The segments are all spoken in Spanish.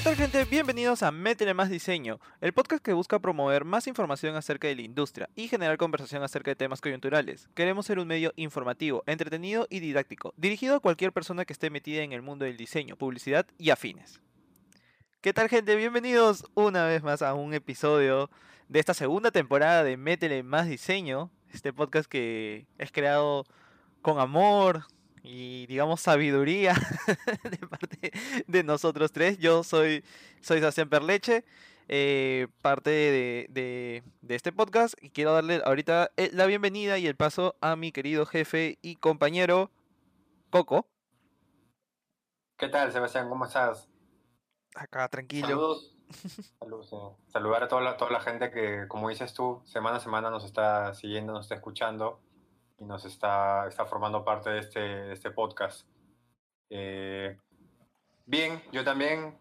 ¿Qué tal, gente? Bienvenidos a Métele Más Diseño, el podcast que busca promover más información acerca de la industria y generar conversación acerca de temas coyunturales. Queremos ser un medio informativo, entretenido y didáctico, dirigido a cualquier persona que esté metida en el mundo del diseño, publicidad y afines. ¿Qué tal, gente? Bienvenidos una vez más a un episodio de esta segunda temporada de Métele Más Diseño, este podcast que es creado con amor y, digamos, sabiduría de parte de nosotros tres. Soy Sebastián Perleche, parte de este podcast, y quiero darle ahorita la bienvenida y el paso a mi querido jefe y compañero Coco. ¿Qué tal, Sebastián? ¿Cómo estás? Acá tranquilo. Saludos. Saludos, saludar a toda la gente que, como dices tú, semana a semana nos está siguiendo, nos está escuchando y nos está formando parte de este podcast. Eh, Bien, yo también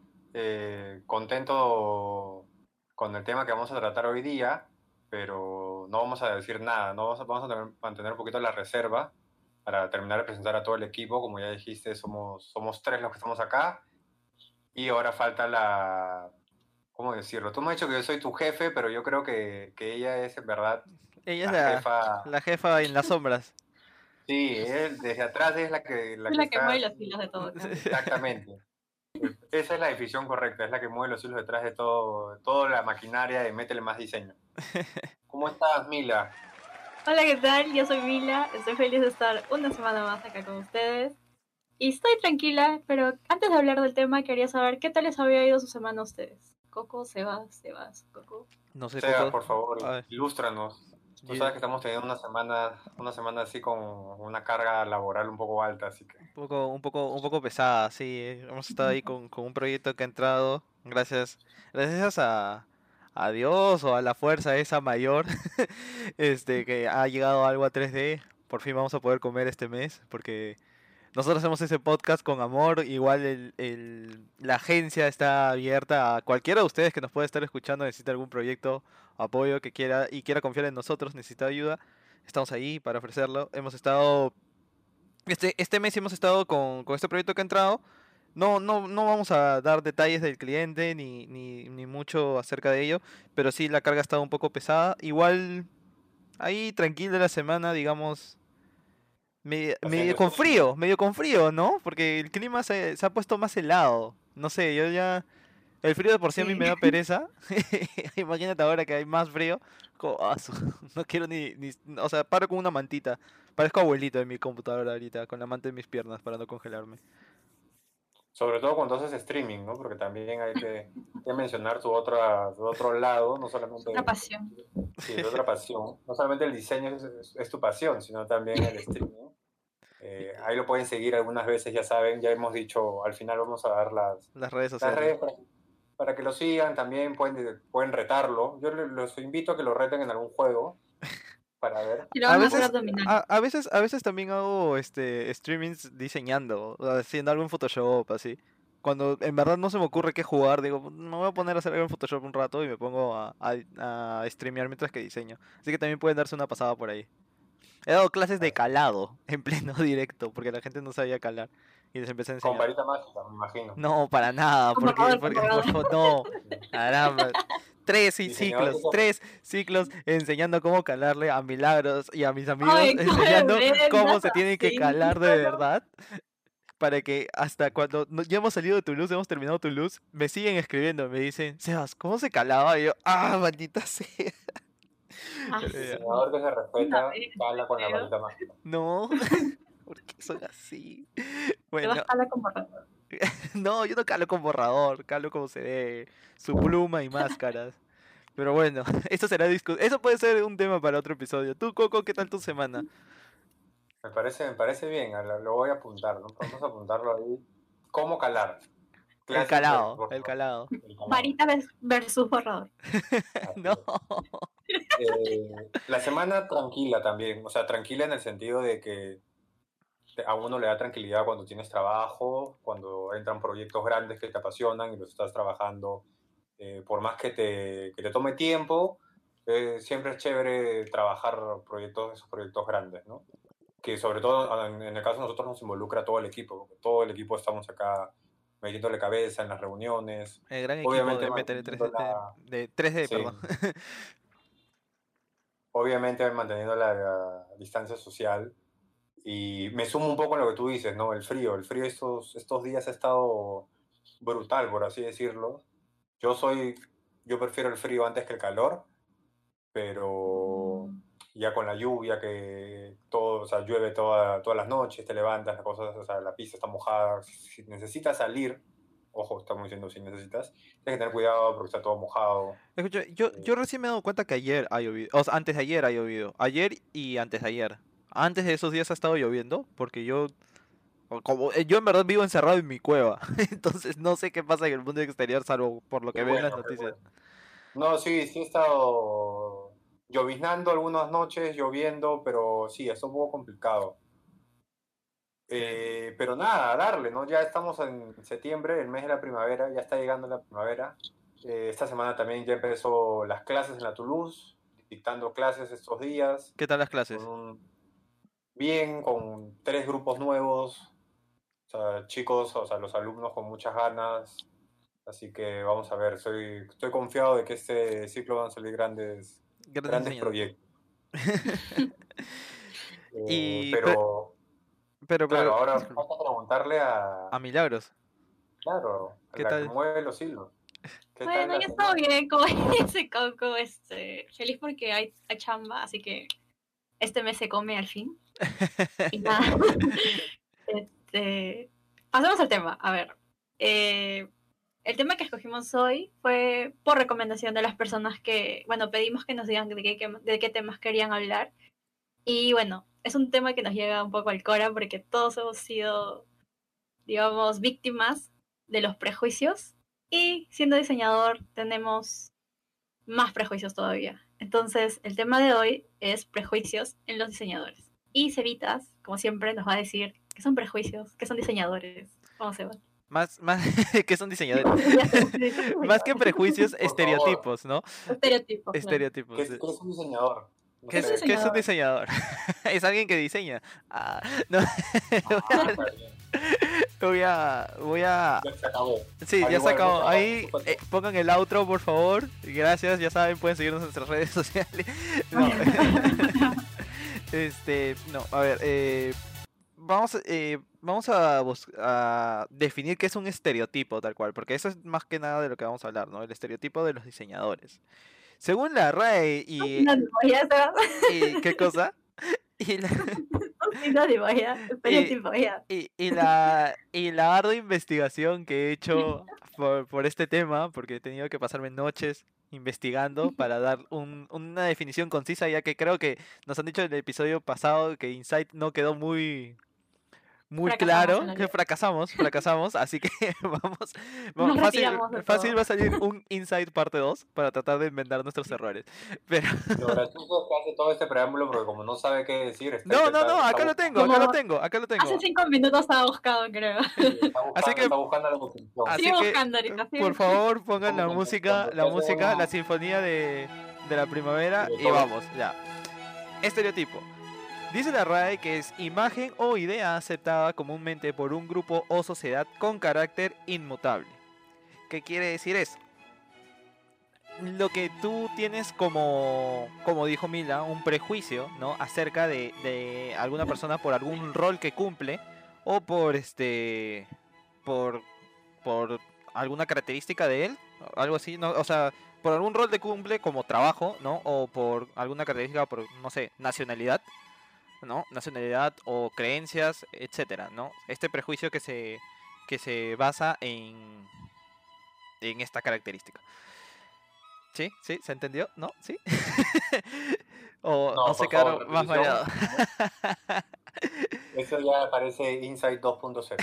contento con el tema que vamos a tratar hoy día, pero no vamos a decir nada, no vamos a mantener un poquito la reserva para terminar de presentar a todo el equipo. Como ya dijiste, somos tres los que estamos acá. Y ahora falta ¿cómo decirlo? Tú me has dicho que yo soy tu jefe, pero yo creo que ella es en verdad Ella es la la, jefa. la jefa en las sombras. Sí, desde atrás es la Es que la que mueve está. los hilos de todo acá. Exactamente. Esa es la definición correcta, es la que mueve los hilos detrás de todo, toda la maquinaria de Métele Más Diseño. ¿Cómo estás, Mila? Hola, ¿qué tal? Yo soy Mila. Estoy feliz de estar una semana más acá con ustedes. Y estoy tranquila, pero antes de hablar del tema, quería saber qué tal les había ido su semana a ustedes. Coco, Sebas, Coco. No sé, Sea, Coco. por favor, A ver, ilústranos. Tú yo- sabes que estamos teniendo una semana así con una carga laboral un poco alta, así que. un poco pesada, sí. Hemos estado ahí con un proyecto que ha entrado, gracias a Dios o a la fuerza esa mayor, que ha llegado algo a 3D. Por fin vamos a poder comer este mes, porque nosotros hacemos ese podcast con amor. Igual la agencia está abierta a cualquiera de ustedes que nos pueda estar escuchando, necesita algún proyecto, apoyo que quiera confiar en nosotros, necesita ayuda. Estamos ahí para ofrecerlo. Este mes hemos estado con este proyecto que ha entrado. No vamos a dar detalles del cliente ni mucho acerca de ello, pero sí la carga ha estado un poco pesada. Igual ahí tranquila la semana, digamos, Haciendo streaming. medio con frío, ¿no? Porque el clima se ha puesto más helado. No sé, yo ya... El frío de por sí a mí Sí. me da pereza. Imagínate ahora que hay más frío. No quiero O sea, paro con una mantita. Parezco abuelito en mi computadora ahorita, con la manta en mis piernas para no congelarme. Sobre todo cuando haces streaming, ¿no? Porque también hay que mencionar tu otro lado, no Otra solamente, pasión. sí, tu otra pasión. No solamente el diseño es tu pasión, sino también el streaming. Ahí lo pueden seguir algunas veces, ya saben, ya hemos dicho, al final vamos a dar Las redes las sociales. redes para que lo sigan, también pueden retarlo. Yo los invito a que lo reten en algún juego para ver. Y lo A van a hacer veces, abdominal. a veces también hago streamings diseñando, o haciendo algo en Photoshop, así. Cuando en verdad no se me ocurre qué jugar, digo, me voy a poner a hacer algo en Photoshop un rato y me pongo a streamear mientras que diseño. Así que también pueden darse una pasada por ahí. He dado clases de calado en pleno directo, porque la gente no sabía calar. Y les empecé a Con enseñar. varita mágica, me imagino. No, para nada, Con borrador, con por borrador. favor, no. Caramba. Diseñador de Tres ciclos enseñando cómo calarle a Milagros y a mis amigos, Ay, enseñando cómo andas se tienen que así, calar de solo. verdad, para que hasta cuando ya hemos salido de Toulouse, hemos terminado Toulouse, me siguen escribiendo, me dicen, Sebas, ¿cómo se calaba? Y yo, maldita sea. Ah, Pero ya, diseñador que se una respeta, vez, cala con la creo. varita mágica. no, ¿por qué son así? Te vas Bueno, a jalar con borrador. no, yo no calo con borrador, calo como se ve, su pluma y máscaras. Pero bueno, eso puede ser un tema para otro episodio. Tú, Coco, ¿qué tal tu semana? Me parece bien, lo voy a apuntar, ¿no? Vamos a apuntarlo ahí. ¿Cómo calar? El Clases de calado, el borrador, calado. el calado. Varita versus borrador. Así No. es. La semana tranquila también, o sea, tranquila en el sentido de que a uno le da tranquilidad cuando tienes trabajo, cuando entran proyectos grandes que te apasionan y los estás trabajando, por más que te tome tiempo, siempre es chévere trabajar esos proyectos grandes, ¿no? Que sobre todo en el caso de nosotros nos involucra todo el equipo, porque todo el equipo estamos acá metiéndole cabeza en las reuniones, El gran equipo obviamente de MTL manteniendo 3D, la, de 3D, perdón. sí, obviamente manteniendo la distancia social. Y me sumo un poco a lo que tú dices, ¿no? El frío estos días ha estado brutal, por así decirlo. Yo soy, yo prefiero el frío antes que el calor, pero ya con la lluvia que todo, o sea, llueve todas las noches, te levantas, las cosas, o sea, la pista está mojada. Si necesitas salir, ojo, estamos diciendo si necesitas, tienes que tener cuidado porque está todo mojado. Escucha, yo, Eh, yo recién me he dado cuenta que ayer ha llovido, o sea, antes de ayer ha llovido, ayer y antes de ayer. Antes de esos días ha estado lloviendo, porque yo en verdad vivo encerrado en mi cueva, entonces no sé qué pasa en el mundo exterior, salvo por lo qué que veo en las bueno, qué noticias. bueno. No, sí, sí he estado lloviznando algunas noches, lloviendo, pero sí, es un poco complicado. Pero nada, a darle, ¿no? Ya estamos en septiembre, el mes de la primavera, ya está llegando la primavera. Esta semana también ya empezó las clases en la Toulouse, dictando clases estos días, ¿Qué tal las con clases? bien, con 3 grupos nuevos, o sea, chicos, o sea, los alumnos con muchas ganas. Así que vamos a ver, estoy confiado de que este ciclo van a salir Grandes grandes diseñadores. proyectos. Y, Pero, claro, ahora disculpa, falta preguntarle a Milagros, claro, a ¿qué la que tal? mueve los hilos. ¿Qué tal Bueno, la yo estoy semana? bien, como dice Coco, feliz porque hay chamba, así que este mes se come al fin. Y nada, este, pasemos al tema. A ver, eh, el tema que escogimos hoy fue por recomendación de las personas que, bueno, pedimos que nos digan de qué temas querían hablar. Y bueno, es un tema que nos llega un poco al cora porque todos hemos sido, digamos, víctimas de los prejuicios y siendo diseñador tenemos más prejuicios todavía. Entonces, el tema de hoy es prejuicios en los diseñadores. Y Cevitas, como siempre, nos va a decir qué son prejuicios, qué son diseñadores. ¿Cómo se va? Más que son diseñadores. Ya sé, sí, ¿qué son Más que diseñadores? prejuicios, Por favor, estereotipos, ¿no? Estereotipos, claro. Estereotipos. Sí. ¿qué es un diseñador? No ¿Qué ¿Qué es un sé. qué es un diseñador? diseñador? Es alguien que diseña. Ah, no. Ah, está bien. Voy a. Ya se acabó. Sí, Al ya se igual, acabó. muchas Ahí gracias. Super- pongan el outro, por favor. Gracias, ya saben, pueden seguirnos en nuestras redes sociales. No. No, a ver, vamos a definir qué es un estereotipo tal cual, porque eso es más que nada de lo que vamos a hablar, ¿no? El estereotipo de los diseñadores. Según la RAE Sinónimo, ya se va. ¿qué cosa? Y la, Sinónimo, ya. y, Estereotipo, ya. y la ardua investigación que he hecho por este tema, porque he tenido que pasarme noches investigando para dar una definición concisa, ya que creo que nos han dicho en el episodio pasado que Insight no quedó muy Fracasamos en claro, la que vida. fracasamos, así que Nos fácil, retiramos de fácil todo. va a salir un Insight parte 2 para tratar de enmendar nuestros errores. Pero Lo gracioso es que hace todo este preámbulo porque como no sabe qué decir, está no, no, no, intentando, está acá lo buscando, tengo, acá lo Como tengo, acá lo hace tengo. 5 minutos estaba buscado, creo. Así que está buscando la definición. Así Sigue que, buscando ahorita, sigue por buscando. favor, pongan la música, Cuando la empiece música, la uno sinfonía de la y primavera de y todo, vamos, ya. Estereotipo. Dice la RAE que es imagen o idea aceptada comúnmente por un grupo o sociedad con carácter inmutable. ¿Qué quiere decir eso? Lo que tú tienes como dijo Mila, un prejuicio, ¿no? Acerca de alguna persona por algún rol que cumple o por, por alguna característica de él, algo así, ¿no? O sea, por algún rol que cumple como trabajo, ¿no? O por alguna característica, por, no sé, nacionalidad, ¿no? Nacionalidad o creencias, etcétera, ¿no? Este prejuicio que se basa en esta característica. ¿Sí? ¿Sí? ¿Se entendió? ¿No? ¿Sí? o no, se por favor, quedaron más repetición. mareados. Eso ya parece Insight 2.0.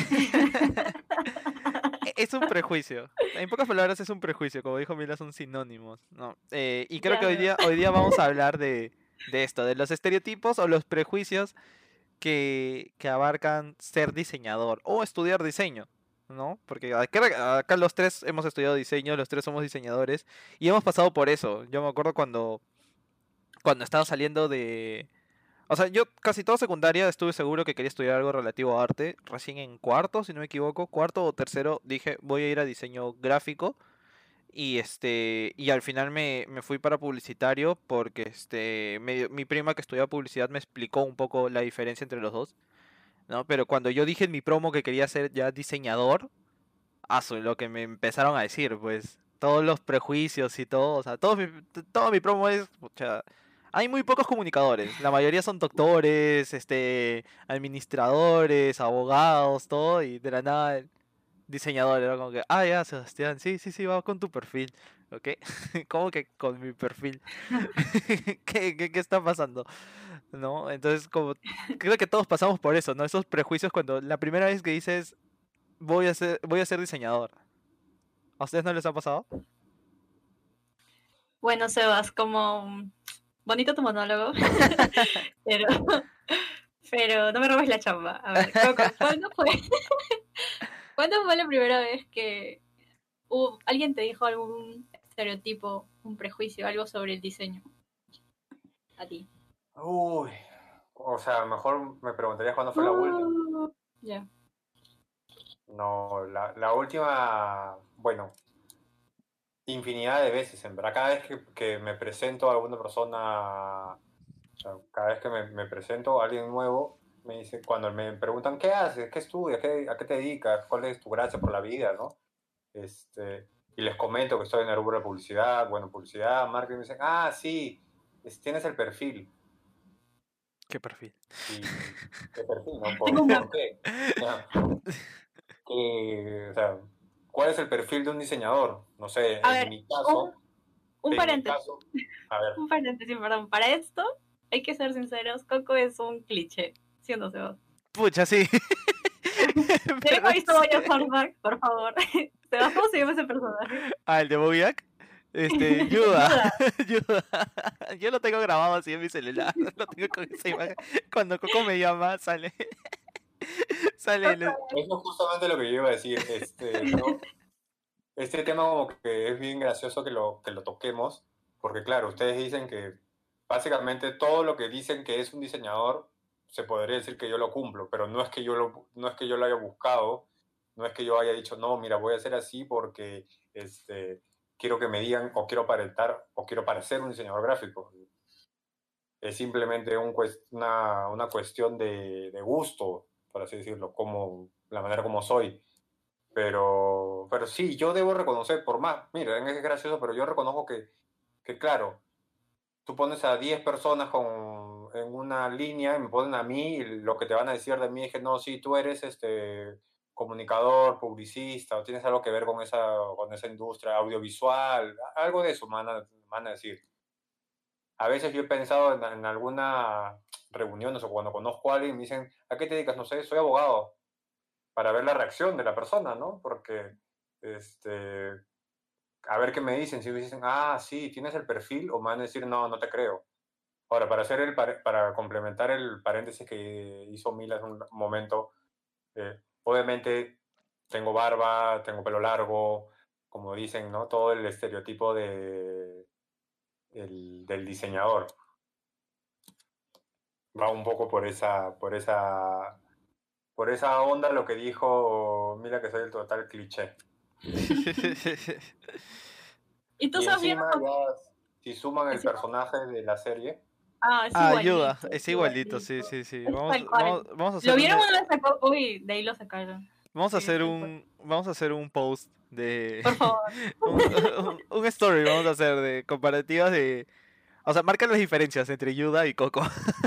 Es un prejuicio. En pocas palabras es un prejuicio, como dijo Mila, son sinónimos, ¿no? Y creo Ya que hoy veo. día vamos a hablar de esto, de los estereotipos o los prejuicios que abarcan ser diseñador o estudiar diseño, ¿no? Porque acá los tres hemos estudiado diseño, los tres somos diseñadores y hemos pasado por eso. Yo me acuerdo cuando estaba saliendo O sea, yo casi toda secundaria estuve seguro que quería estudiar algo relativo a arte. Recién en cuarto, si no me equivoco, cuarto o tercero, dije voy a ir a diseño gráfico. Y al final me fui para publicitario porque mi prima que estudiaba publicidad me explicó un poco la diferencia entre los dos, ¿no? Pero cuando yo dije en mi promo que quería ser ya diseñador, lo que me empezaron a decir, pues, todos los prejuicios y todo, o sea, todo mi promo es, pucha, hay muy pocos comunicadores, la mayoría son doctores, administradores, abogados, todo, y de la nada diseñador, era como que, ah, ya, Sebastián, sí, sí, sí, va con tu perfil, ¿ok? ¿Cómo que con mi perfil? ¿Qué está pasando? ¿No? Entonces, como, creo que todos pasamos por eso, ¿no? Esos prejuicios cuando la primera vez que dices, voy a ser diseñador. ¿A ustedes no les ha pasado? Bueno, Sebas, como bonito tu monólogo, pero, pero no me robes la chamba. A ver, Coco, ¿cuándo fue la primera vez que alguien te dijo algún estereotipo, un prejuicio, algo sobre el diseño? A ti. Uy, o sea, mejor me preguntarías cuándo fue la última. Ya. No, la última, bueno, infinidad de veces, en verdad. Cada vez que me presento a alguna persona, o sea, cada vez que me presento a alguien nuevo, me dice, cuando me preguntan, ¿qué haces? ¿Qué estudias? ¿A qué te dedicas? ¿Cuál es tu gracia por la vida? ¿No? Y les comento que estoy en el rubro de publicidad, bueno, publicidad, marketing, me dicen, ah, sí, tienes el perfil. ¿Qué perfil? Y, ¿qué perfil? ¿No? Tengo un ¿Por meme. qué? Ya, o sea, ¿cuál es el perfil de un diseñador? No sé, A en ver, mi caso, un en mi paréntesis, caso, a ver, un paréntesis, perdón. Para esto, hay que ser sinceros, Coco es un cliché, ¿sí o no, Sebas? Pucha, sí. Si alguien Pero ha visto sí. Bojack Horseman, por favor. Sebas, ¿cómo se llama ese personaje? Ah, el de Bojack. Yuda. Yuda. Yuda. Yo lo tengo grabado así en mi celular. Lo tengo con esa imagen. Cuando Coco me llama, sale. Sale el. eso es justamente lo que yo iba a decir. Este tema como que es bien gracioso que lo toquemos, porque claro, ustedes dicen que básicamente todo lo que dicen que es un diseñador, se podría decir que yo lo cumplo, pero no es que yo lo haya buscado, no es que yo haya dicho, no, mira, voy a hacer así porque quiero que me digan o quiero aparentar o quiero parecer un diseñador gráfico. Es simplemente una cuestión de gusto, por así decirlo, como la manera como soy. Pero sí, yo debo reconocer, por más, mira, es gracioso, pero yo reconozco que claro, tú pones a 10 personas en una línea y me ponen a mí y lo que te van a decir de mí es que no, sí, tú eres comunicador, publicista, o tienes algo que ver con esa industria audiovisual, algo de eso me van a decir. A veces yo he pensado en algunas reuniones o cuando conozco a alguien me dicen, ¿a qué te dedicas? No sé, soy abogado, para ver la reacción de la persona, ¿no? Porque, a ver qué me dicen, si me dicen, ah, sí, tienes el perfil, o me van a decir, no, no te creo. Ahora, para complementar el paréntesis que hizo Mila hace un momento, obviamente tengo barba, tengo pelo largo, como dicen, ¿no? Todo el estereotipo del diseñador va un poco por esa onda lo que dijo Mila, que soy el total cliché. ¿Y tú Y sabes bien? encima si suman el personaje de la serie, Ah, es Ayuda, igualito, es es igualito, sí, igualito. sí, sí. Es Vamos, tal vamos, cual. vamos a ¿Lo hacer vieron una vez a Coco? Uy, de ahí lo sacaron. vamos a Sí, hacer tal cual. vamos a hacer un post de Por favor. un story, vamos a hacer de comparativas de, o sea, marcan las diferencias entre Yuda y Coco.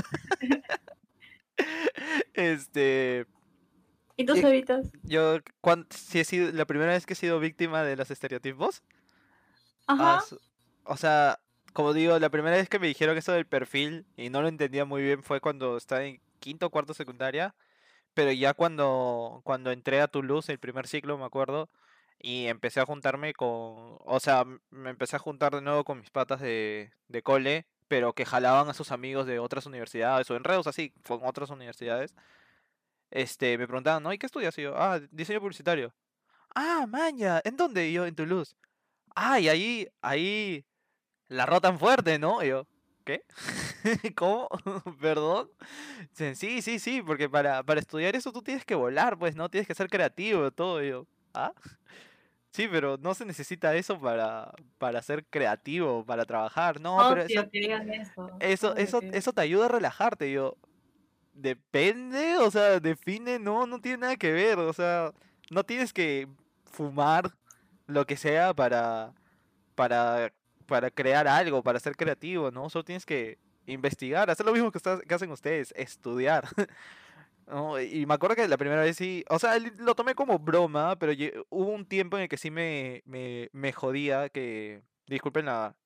Este, ¿Y tú, y Cevitas? si he sido la primera vez que he sido víctima de los estereotipos. Ah, Ajá. o sea, como digo, la primera vez que me dijeron eso del perfil y no lo entendía muy bien fue cuando estaba en quinto o cuarto secundaria, pero ya cuando entré a Toulouse, el primer ciclo, me acuerdo, y empecé a juntarme o sea, me empecé a juntar de nuevo con mis patas de cole, pero que jalaban a sus amigos de otras universidades o enredos así con otras universidades. Me preguntaban, ¿no? ¿Y qué estudias? Y yo, diseño publicitario. Ah, maña, ¿en dónde? Y yo, en Toulouse. Ah, y ahí la rotan fuerte, ¿no? Y yo. ¿Qué? ¿Cómo? ¿Perdón? Sí, sí, sí, porque para estudiar eso tú tienes que volar, pues, ¿no? Tienes que ser creativo, todo. Y yo, ¿ah? Sí, pero no se necesita eso para ser creativo, para trabajar. No, pero Obvio que digan eso. Obvio que digan eso te ayuda a relajarte. Y yo, depende, o sea, define, no, no tiene nada que ver. O sea, no tienes que fumar lo que sea para, para crear algo, para ser creativo, ¿no? Solo tienes que investigar, hacer lo mismo que hacen ustedes, estudiar. ¿No? Y me acuerdo que la primera vez sí, o sea, lo tomé como broma, pero hubo un tiempo en el que sí me jodía que, disculpen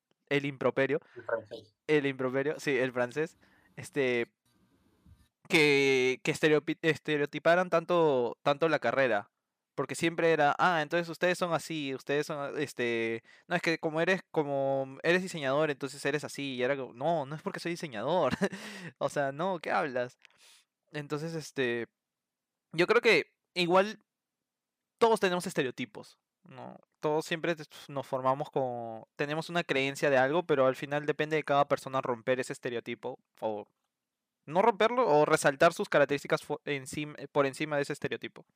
el improperio, sí, el francés, este, que estereotiparan tanto la carrera. Porque siempre era, entonces ustedes son así, ustedes son, no, es que como eres diseñador, entonces eres así, y era como, no, no es porque soy diseñador, o sea, no, ¿qué hablas? Entonces, yo creo que igual todos tenemos estereotipos, ¿no? Todos siempre nos formamos tenemos una creencia de algo, pero al final depende de cada persona romper ese estereotipo, o no romperlo, o resaltar sus características por encima de ese estereotipo.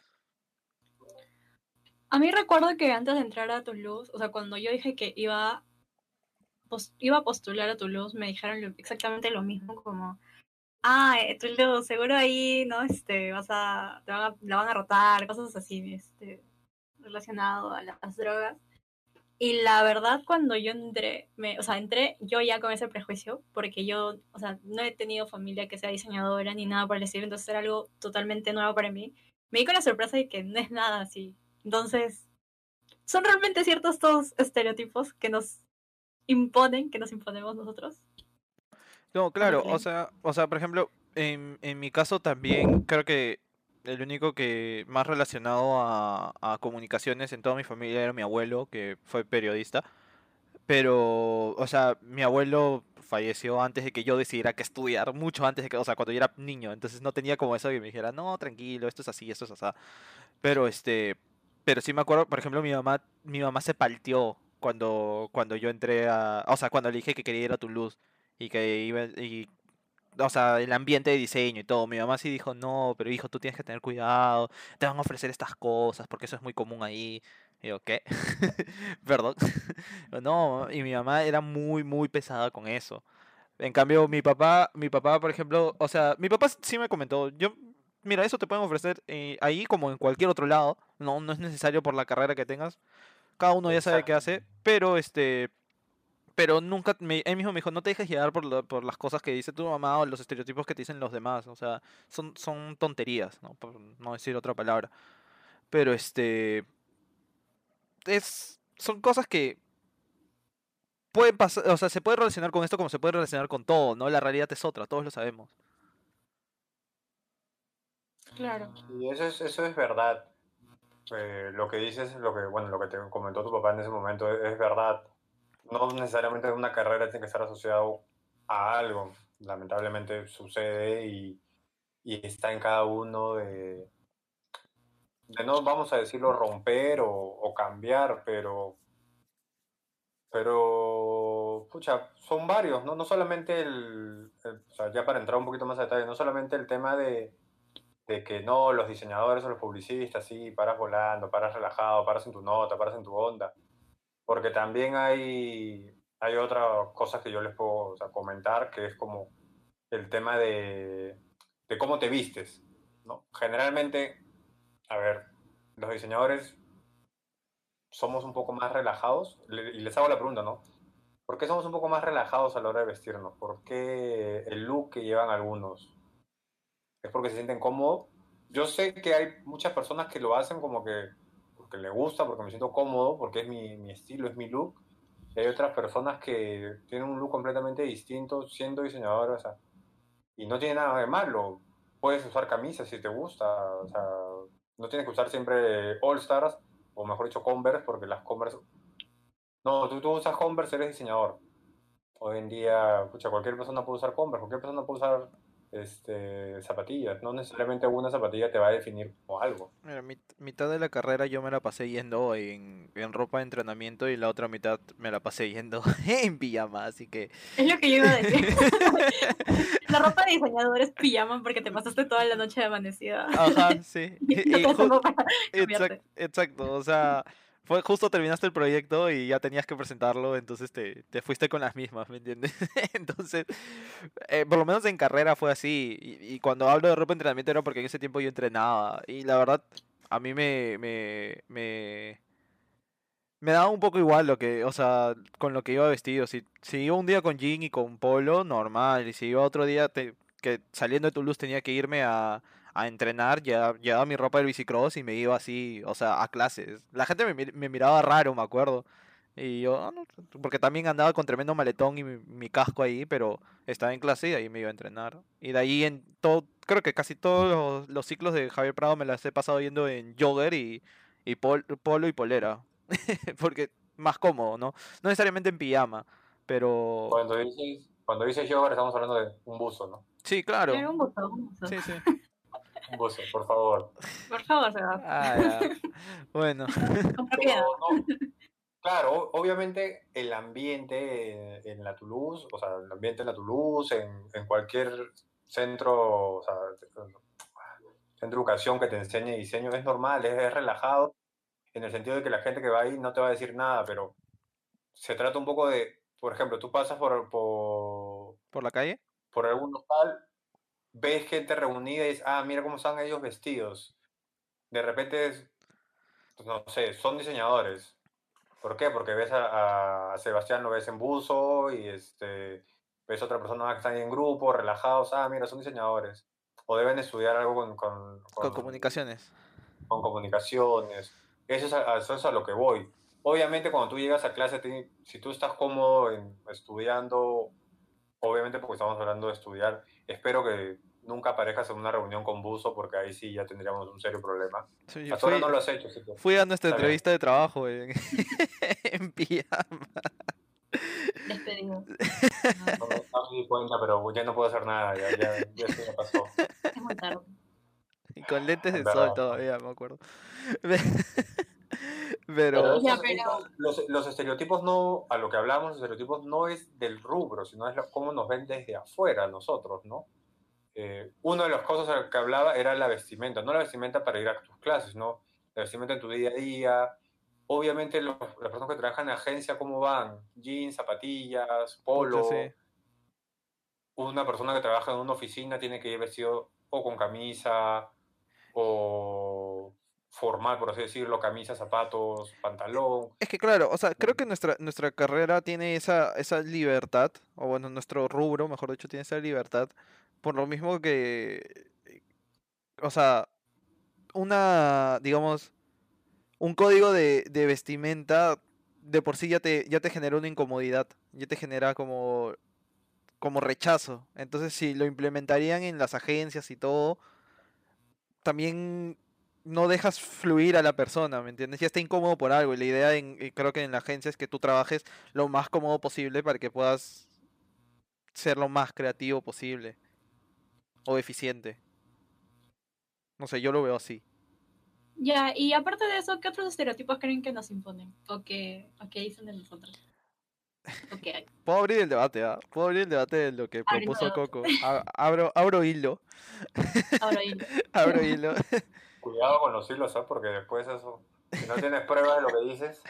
A mí recuerdo que antes de entrar a Toulouse, o sea, cuando yo dije que iba a postular a Toulouse, me dijeron exactamente lo mismo, como, Toulouse, seguro ahí, ¿no? La van a rotar, cosas así, relacionado a las drogas. Y la verdad, cuando yo entré yo ya con ese prejuicio, porque yo, o sea, no he tenido familia que sea diseñadora ni nada por el estilo, entonces era algo totalmente nuevo para mí. Me di con la sorpresa de que no es nada así. Entonces, ¿son realmente ciertos estos estereotipos que nos imponen, que nos imponemos nosotros? No, ¿O qué claro, creen? o sea, por ejemplo, en mi caso también creo que el único que más relacionado a comunicaciones en toda mi familia era mi abuelo, que fue periodista. Pero, o sea, mi abuelo falleció antes de que yo decidiera qué estudiar, mucho antes de que, o sea, cuando yo era niño, entonces no tenía como eso que me dijera, no, tranquilo, esto es así, esto es así. Pero pero sí me acuerdo, por ejemplo, mi mamá se palteó cuando yo entré o sea, cuando le dije que quería ir a Toulouse y que iba, o sea, el ambiente de diseño y todo. Mi mamá sí dijo, no, pero hijo, tú tienes que tener cuidado, te van a ofrecer estas cosas porque eso es muy común ahí. Y yo, ¿qué? Perdón. No, y mi mamá era muy, muy pesada con eso. En cambio, mi papá, por ejemplo, o sea, mi papá sí me comentó, mira, eso te pueden ofrecer ahí como en cualquier otro lado, no, no es necesario por la carrera que tengas, cada uno ya sabe qué Exacto. hace, pero nunca, él mismo me dijo, no te dejes llevar por las cosas que dice tu mamá o los estereotipos que te dicen los demás, o sea, son tonterías, ¿no? Por no decir otra palabra, pero son cosas que pueden pasar, o sea, se puede relacionar con esto como se puede relacionar con todo, ¿no? La realidad es otra, todos lo sabemos. Claro. Y eso es verdad. Lo que dices, bueno, lo que te comentó tu papá en ese momento es verdad. No necesariamente una carrera tiene que estar asociado a algo. Lamentablemente sucede y está en cada uno de no vamos a decirlo romper o cambiar, pero, pucha, son varios, ¿no? No solamente o sea, ya para entrar un poquito más a detalle, no solamente el tema de que no, los diseñadores o los publicistas, sí, paras volando, paras relajado, paras en tu nota, paras en tu onda, porque también hay otras cosas que yo les puedo, o sea, comentar, que es como el tema de cómo te vistes, ¿no? Generalmente, a ver, los diseñadores somos un poco más relajados, y les hago la pregunta, ¿no? ¿Por qué somos un poco más relajados a la hora de vestirnos? ¿Por qué el look que llevan algunos? ¿Es porque se sienten cómodos? Yo sé que hay muchas personas que lo hacen como que porque le gusta, porque me siento cómodo, porque es mi estilo, es mi look. Y hay otras personas que tienen un look completamente distinto siendo diseñadores, o sea, y no tiene nada de malo. Puedes usar camisas si te gusta, o sea, no tienes que usar siempre All Stars, o mejor dicho Converse, porque las Converse... No, tú usas Converse, eres diseñador. Hoy en día, pucha, cualquier persona puede usar Converse, cualquier persona puede usar... zapatillas. No necesariamente una zapatilla te va a definir como algo. Mira, mitad de la carrera yo me la pasé yendo en ropa de entrenamiento y la otra mitad me la pasé yendo en pijama, así que... Es lo que yo iba a decir. La ropa de diseñador es pijama porque te pasaste toda la noche de amanecida. Ajá, sí. Y no te alcanzó para cambiarte. Exacto, o sea, fue justo terminaste el proyecto y ya tenías que presentarlo, entonces te fuiste con las mismas, ¿me entiendes? Entonces, por lo menos en carrera fue así, y cuando hablo de ropa de entrenamiento era porque en ese tiempo yo entrenaba, y la verdad, a mí me daba un poco igual lo que, o sea, con lo que iba vestido. Si iba un día con jean y con polo, normal. Y si iba otro día que saliendo de Toulouse tenía que irme a entrenar, ya llevaba mi ropa del bicicross y me iba así, o sea, a clases. La gente me miraba raro, me acuerdo. Y yo, no, porque también andaba con tremendo maletón y mi casco ahí, pero estaba en clase y ahí me iba a entrenar. Y de ahí en todo, creo que casi todos los ciclos de Javier Prado me las he pasado yendo en jogger y polo y polera. Porque más cómodo, ¿no? No necesariamente en pijama, pero Cuando dices yoga, estamos hablando de un buzo, ¿no? sí, claro. Era un botón. Sí, sí. Un buzo, por favor. Por favor, Seba. Ah, ya. Bueno. Con Pero propiedad. no, claro, obviamente el ambiente en la Toulouse, o sea, el ambiente en la Toulouse, en cualquier centro, o sea, centro de educación que te enseñe diseño, es normal, es relajado, en el sentido de que la gente que va ahí no te va a decir nada, pero se trata un poco de, por ejemplo, tú pasas ¿Por la calle? por algún local, ves gente reunida y dices, ah, mira cómo están ellos vestidos. De repente, pues, no sé, son diseñadores. ¿Por qué? Porque ves a Sebastián, lo ves en buzo y ves a otra persona que está ahí en grupo, relajados. Ah, mira, son diseñadores. O deben estudiar algo Con comunicaciones. con comunicaciones. Eso es a lo que voy. Obviamente, cuando tú llegas a clase, si tú estás cómodo estudiando, obviamente porque estamos hablando de estudiar, espero que nunca aparezcas en una reunión con buzo porque ahí sí ya tendríamos un serio problema. Sí, Hasta ahora no lo has hecho, así que fui a nuestra está bien. entrevista de trabajo en, en pijama. Despedido. No me di cuenta, pero ya no puedo hacer nada, ya eso ya pasó, Es muy tarde. Y con lentes en de sol verdad, ¿no? todavía, me acuerdo. Pero Pero, Ya, pero los estereotipos no, a lo que hablamos, los estereotipos no es del rubro, sino es cómo nos ven desde afuera nosotros, ¿no? Una de las cosas a las que hablaba era la vestimenta, no la vestimenta para ir a tus clases, ¿no? La vestimenta en tu día a día. Obviamente las personas que trabajan en agencia, ¿cómo van? Jeans, zapatillas, pucha, sí. polo. Una persona que trabaja en una oficina tiene que ir vestido o con camisa o formal, por así decirlo, camisa, zapatos, pantalón. Es que claro, o sea, creo que nuestra carrera tiene esa libertad, o bueno, nuestro rubro, mejor dicho, tiene esa libertad, por lo mismo que, o sea, digamos, un código de vestimenta de por sí ya te genera una incomodidad, ya te genera como rechazo. Entonces, si lo implementarían en las agencias y todo, también no dejas fluir a la persona, ¿me entiendes? Ya está incómodo por algo y la idea creo que en la agencia es que tú trabajes lo más cómodo posible para que puedas ser lo más creativo posible o eficiente. No sé, yo lo veo así. ya, y aparte de eso, ¿qué otros estereotipos creen que nos imponen? O que dicen de nosotros. ¿O qué hay? Puedo abrir el debate, ¿ah? Puedo abrir el debate de lo que Abriendo propuso debate. Coco. Abro hilo. Ahora hilo. Abro hilo. Cuidado con los hilos, ¿sabes? Porque después eso, si no tienes prueba de lo que dices,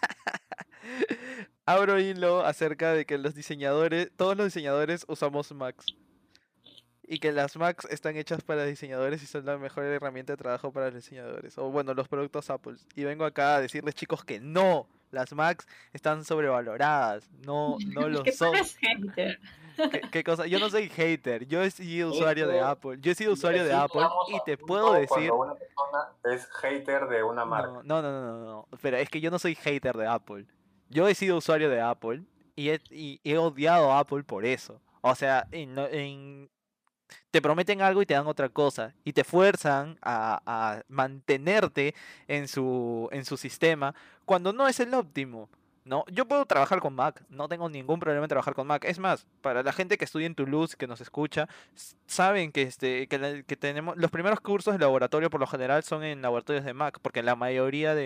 Abro hilo acerca de que todos los diseñadores usamos Macs. Y que las Macs están hechas para diseñadores y son la mejor herramienta de trabajo para los diseñadores. O bueno, los productos Apple. Y vengo acá a decirles, chicos, que no. Las Macs están sobrevaloradas. No, no Es lo que tú son. eres hater. ¿Qué cosa? Yo no soy hater. Yo he sido usuario de esto, Apple. Yo he sido y usuario de así Apple. llegamos Y al te puedo punto cuando decir. una persona es hater de una No, marca. no, no, no, no, no. Pero es que yo no soy hater de Apple. Yo he sido usuario de Apple. Y he odiado a Apple por eso. O sea, te prometen algo y te dan otra cosa y te fuerzan a mantenerte en su sistema cuando no es el óptimo. ¿no? Yo puedo trabajar con Mac, no tengo ningún problema en trabajar con Mac. Es más, para la gente que estudia en Toulouse, que nos escucha, saben que, que tenemos los primeros cursos de laboratorio por lo general son en laboratorios de Mac, porque la mayoría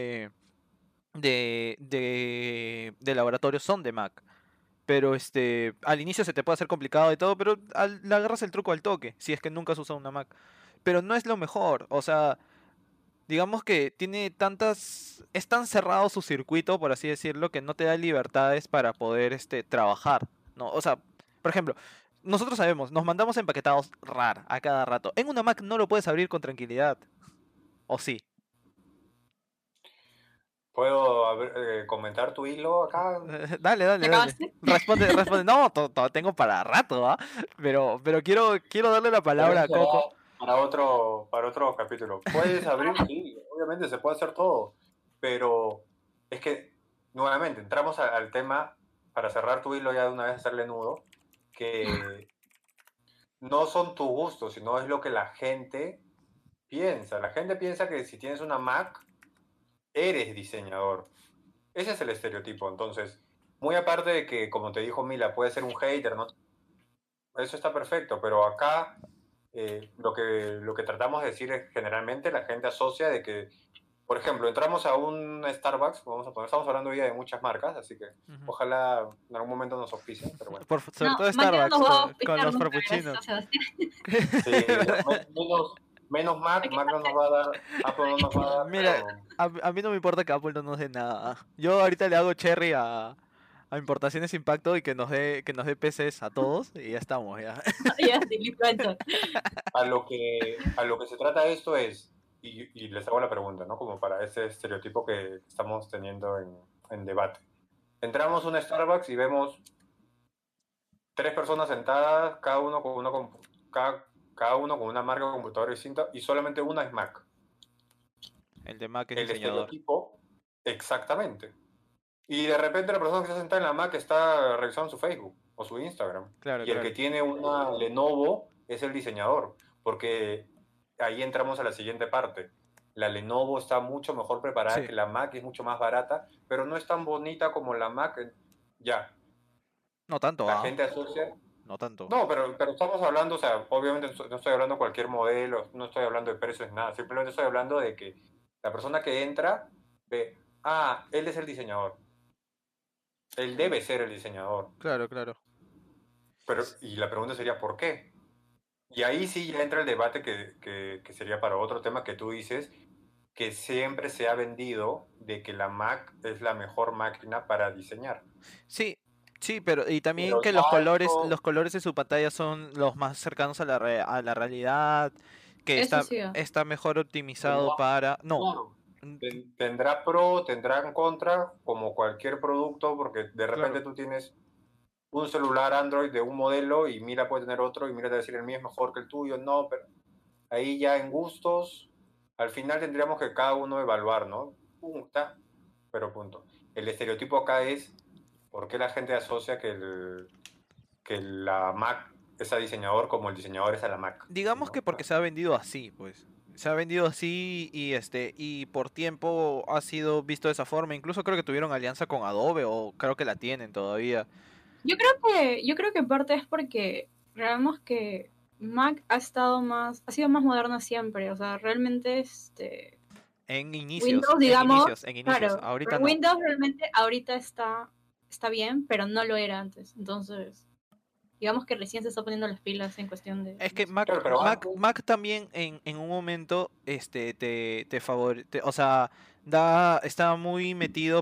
de laboratorios son de Mac. Pero al inicio se te puede hacer complicado y todo, pero le agarras el truco al toque, si es que nunca has usado una Mac. Pero no es lo mejor, o sea, digamos que tiene tantas, es tan cerrado su circuito, por así decirlo, que no te da libertades para poder trabajar, ¿no? O sea, por ejemplo, nosotros sabemos, nos mandamos empaquetados RAR a cada rato. En una Mac no lo puedes abrir con tranquilidad, ¿o sí? ¿Puedo comentar tu hilo acá? Dale, dale, ¿Ya dale. acabaste? Responde, responde. No, tengo para rato, ¿ah? Pero quiero darle la Pero palabra eso a será Coco. para otro capítulo. Puedes abrir, sí, obviamente se puede hacer todo, pero es que, nuevamente, entramos al tema, para cerrar tu hilo ya de una vez, hacerle nudo, que no son tus gustos, sino es lo que la gente piensa. La gente piensa que si tienes una Mac, eres diseñador. Ese es el estereotipo. Entonces, muy aparte de que, como te dijo Mila, puede ser un hater, ¿no? Eso está perfecto, pero acá lo que tratamos de decir es generalmente la gente asocia de que, por ejemplo, entramos a un Starbucks, vamos a poner, estamos hablando hoy de muchas marcas, así que Ujú. ojalá en algún momento nos auspicien, pero bueno. Sobre No, todo Mac ya no Starbucks nos va a con auspiciar los nunca, gracias a frappuccinos. Sebastián. Sí, menos Mac, Mac no nos va a dar, Apple no nos va a dar, Mira, pero a mí no me importa que Apple no nos dé nada. Yo ahorita le hago cherry a Importaciones Impacto y que nos dé PCs a todos y ya estamos, ya. Ya, sí, influencer. a lo que se trata esto es, y les hago la pregunta, ¿no? Como para ese estereotipo que estamos teniendo en debate. Entramos a un Starbucks y vemos tres personas sentadas, cada uno con una marca de computadora distinta y solamente una es Mac. El de Mac es El diseñador. estereotipo, exactamente. Y de repente la persona que está sentada en la Mac está revisando su Facebook o su Instagram. Claro, Y el que claro. tiene una Lenovo es el diseñador. Porque ahí entramos a la siguiente parte. La Lenovo está mucho mejor preparada Sí, que la Mac, es mucho más barata, pero no es tan bonita como la Mac. Ya, no tanto, la ¿ah? gente asocia. No tanto. No, pero estamos hablando, o sea, obviamente no estoy hablando de cualquier modelo, no estoy hablando de precios, nada. Simplemente estoy hablando de que la persona que entra ve, ah, él es el diseñador. Él debe ser el diseñador. Claro, claro. Pero, y la pregunta sería, ¿por qué? Y ahí sí ya entra el debate que sería para otro tema que tú dices, que siempre se ha vendido de que la Mac es la mejor máquina para diseñar. Sí, sí, pero y también Pero que ya los esto, colores de su pantalla son los más cercanos a a la realidad, que Eso sí. está mejor optimizado tendrá, para... No, claro, mm, tendrá pro, tendrá en contra, como cualquier producto, porque de repente claro. tú tienes un celular Android de un modelo y Mira puede tener otro y Mira te va a decir el mío es mejor que el tuyo. No, pero ahí ya en gustos, al final tendríamos que cada uno evaluar, ¿no? Está, pero punto. El estereotipo acá es por qué la gente asocia que la Mac es a diseñador como el diseñador es a la Mac, Digamos ¿no? que porque se ha vendido así, pues. Se ha vendido así y y por tiempo ha sido visto de esa forma. Incluso creo que tuvieron alianza con Adobe o creo que la tienen todavía. Yo creo que en parte es porque realmente que Mac ha sido más moderno siempre. O sea, realmente Windows, digamos, En inicios. claro, Ahorita no. Windows realmente ahorita está bien, pero no lo era antes. Entonces, digamos que recién se está poniendo las pilas en cuestión Es de que eso. Claro, pero antes, Mac también en un momento te favorece, o sea, está muy metido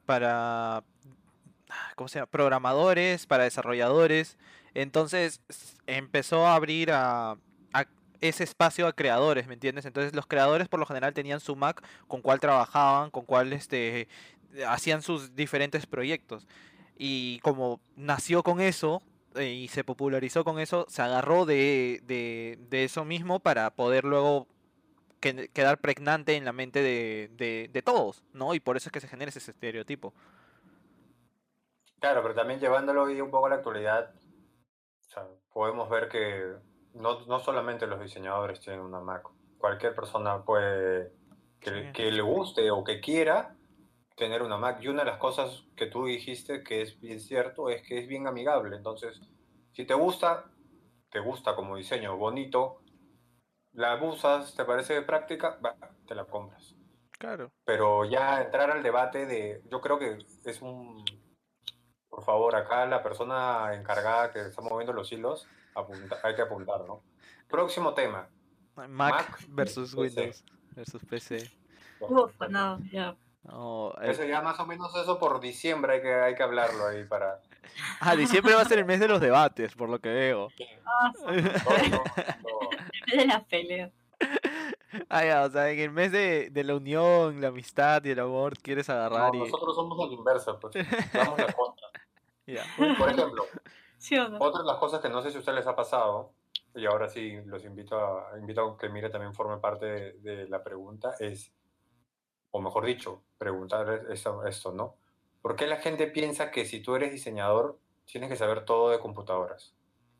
¿cómo se llama? Programadores, para desarrolladores. Entonces empezó a abrir a ese espacio a creadores, ¿me entiendes? Entonces los creadores por lo general tenían su Mac con cual trabajaban, con cual hacían sus diferentes proyectos. Y como nació con eso y se popularizó con eso, se agarró de eso mismo para poder luego quedar pregnante en la mente de todos, ¿no? Y por eso es que se genera ese estereotipo. claro, pero también llevándolo hoy un poco a la actualidad, o sea, podemos ver que no solamente los diseñadores tienen una Mac, cualquier persona puede Sí. que le guste o que quiera tener una Mac. Y una de las cosas que tú dijiste que es bien cierto es que es bien amigable. Entonces, si te gusta como diseño bonito, la usas, te parece práctica, va, te la compras. Claro. Pero ya entrar al debate de, yo creo que es un, por favor, acá la persona encargada que está moviendo los hilos, hay que apuntar, ¿no? Próximo tema, Mac Mac versus PC. Windows versus PC. Uf, no, ya. No, Eso ya más o menos eso por diciembre hay que hablarlo ahí para... diciembre va a ser el mes de los debates, por lo que veo. Ah, Todos estamos haciendo... de las peleas. Ah, ya, o sea, en el mes de la unión, la amistad y el amor quieres agarrar No, y... nosotros somos a la inversa, pues. Damos la contra. Ya, bueno. Por ejemplo, ¿Sí o no? otra de las cosas que no sé si a ustedes les ha pasado, y ahora sí los invito a que Mire también forme parte de la pregunta, es, o mejor dicho, preguntar esto, ¿no? ¿Por qué la gente piensa que si tú eres diseñador tienes que saber todo de computadoras?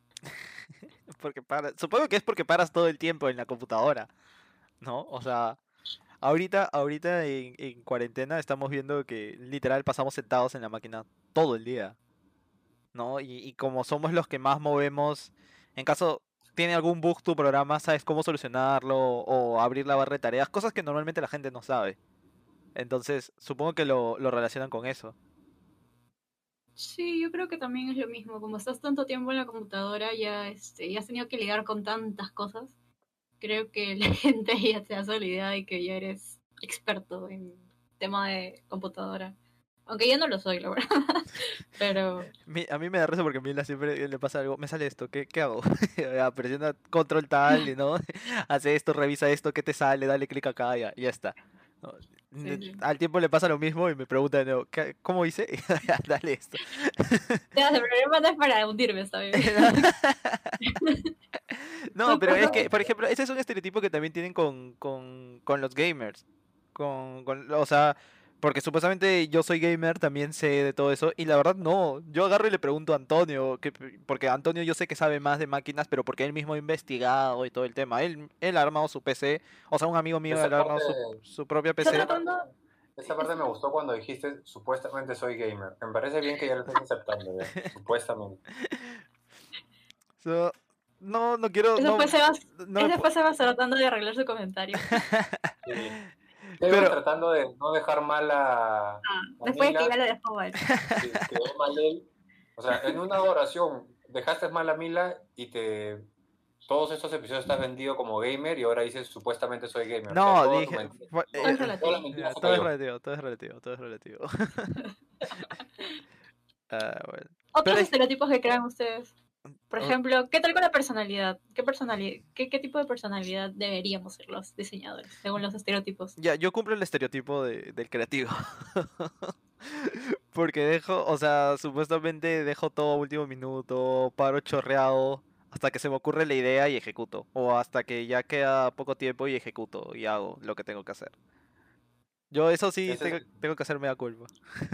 Supongo que es porque paras todo el tiempo en la computadora, ¿no? O sea, ahorita en cuarentena estamos viendo que literal pasamos sentados en la máquina todo el día, ¿no? Y como somos los que más movemos, en caso tiene algún bug tu programa, sabes cómo solucionarlo o abrir la barra de tareas, cosas que normalmente la gente no sabe. Entonces, supongo que lo relacionan con eso. Sí, yo creo que también es lo mismo. Como estás tanto tiempo en la computadora, ya, ya has tenido que lidiar con tantas cosas. Creo que la gente ya se hace la idea de que ya eres experto en tema de computadora. Aunque yo no lo soy, la verdad. Pero A mí me da risa porque a Mila siempre le pasa algo, me sale esto, ¿qué hago? Ya, presiona control tal, y ¿no? Hace esto, revisa esto, ¿qué te sale? Dale clic acá, ya está. ¿No? sí, sí. Al tiempo le pasa lo mismo y me pregunta de nuevo, ¿cómo hice? Ya, dale esto. Ya, el problema no es para hundirme, está bien. No, pero es que, por ejemplo, ese es un estereotipo que también tienen con los gamers. O sea, porque supuestamente yo soy gamer, también sé de todo eso, y la verdad no. Yo agarro y le pregunto a Antonio, porque Antonio yo sé que sabe más de máquinas, pero porque él mismo ha investigado y todo el tema. Él ha armado su PC, o sea, un amigo mío Esa él ha armado parte, su propia Está PC. tratando. esa parte me gustó cuando dijiste supuestamente soy gamer. Me parece bien que ya lo estés aceptando ya, supuestamente. So, no quiero, Eso fue Sebas. no me Ese pu- fue Sebas tratando de arreglar su comentario. Sí. Sebas Pero, tratando de no dejar mal Ah, a después de que ya Mila, lo dejó mal. que quedó mal él. O sea, en una oración dejaste mal a Mila y todos estos episodios estás vendido como gamer y ahora dices supuestamente soy gamer. O sea, no, toda tu dije, mentira, Todo es toda la relativo. mentira se todo es cayó. relativo, todo es relativo, todo es relativo. Ah, bueno. Pero Otros es, estereotipos que crean ustedes. Por o- ejemplo, ¿qué tal con la personalidad? ¿Qué tipo de personalidad deberíamos ser los diseñadores, según los estereotipos? ya, yo cumplo el estereotipo del creativo. Porque dejo, o sea, supuestamente dejo todo a último minuto, paro chorreado, hasta que se me ocurre la idea y ejecuto. O hasta que ya queda poco tiempo y ejecuto y hago lo que tengo que hacer. Yo eso sí Ese es, tengo que hacerme la culpa.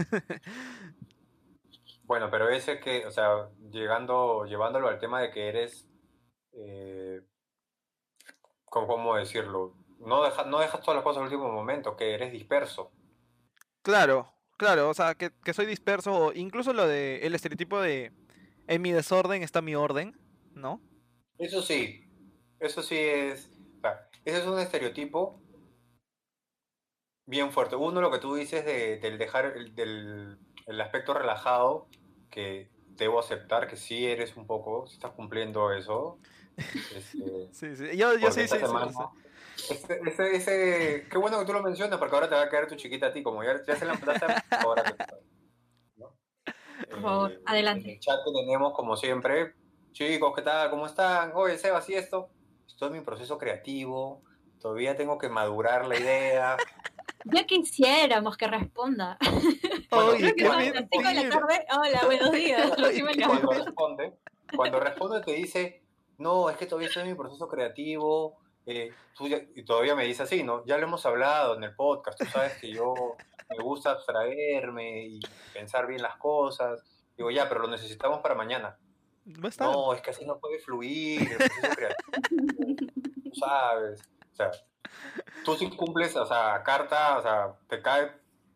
bueno, pero ese que, o sea, llevándolo al tema de que eres, eh, ¿cómo decirlo? No dejas todas las cosas al último momento, que eres disperso. Claro, o sea, que soy disperso, o incluso el estereotipo de en mi desorden está mi orden, ¿no? Eso sí, eso sí es, o sea, ese es un estereotipo bien fuerte. Uno, lo que tú dices del dejar el aspecto relajado, que debo aceptar que sí eres un poco, si estás cumpliendo eso, este, Sí, sí, yo porque sí, esta sí, sí, semana, lo sé. qué bueno que tú lo mencionas, porque ahora te va a caer tu chiquita a ti, como ya se la mandaste a mí, ahora te toca, ¿no? Por favor, En adelante. el chat que tenemos, como siempre, chicos, ¿qué tal? ¿Cómo están? Oye, Sebas, ¿y esto? Estoy en mi proceso creativo, todavía tengo que madurar la idea. Ya quisiéramos que responda. Bueno, Oye, Creo que qué son las 5 de la mentira. tarde. Hola, buenos días. Ay, Recién me qué cuando levanto. mentira. responde, cuando responde te dice, no, es que todavía estoy en mi proceso creativo, y todavía me dice así, ¿no? Ya lo hemos hablado en el podcast, tú sabes que yo me gusta abstraerme y pensar bien las cosas. Digo, ya, pero lo necesitamos para mañana. Va a estar. No, es que así no puede fluir el proceso creativo, tú sabes. O sea, tú sí cumples, o sea, carta, o sea, te cae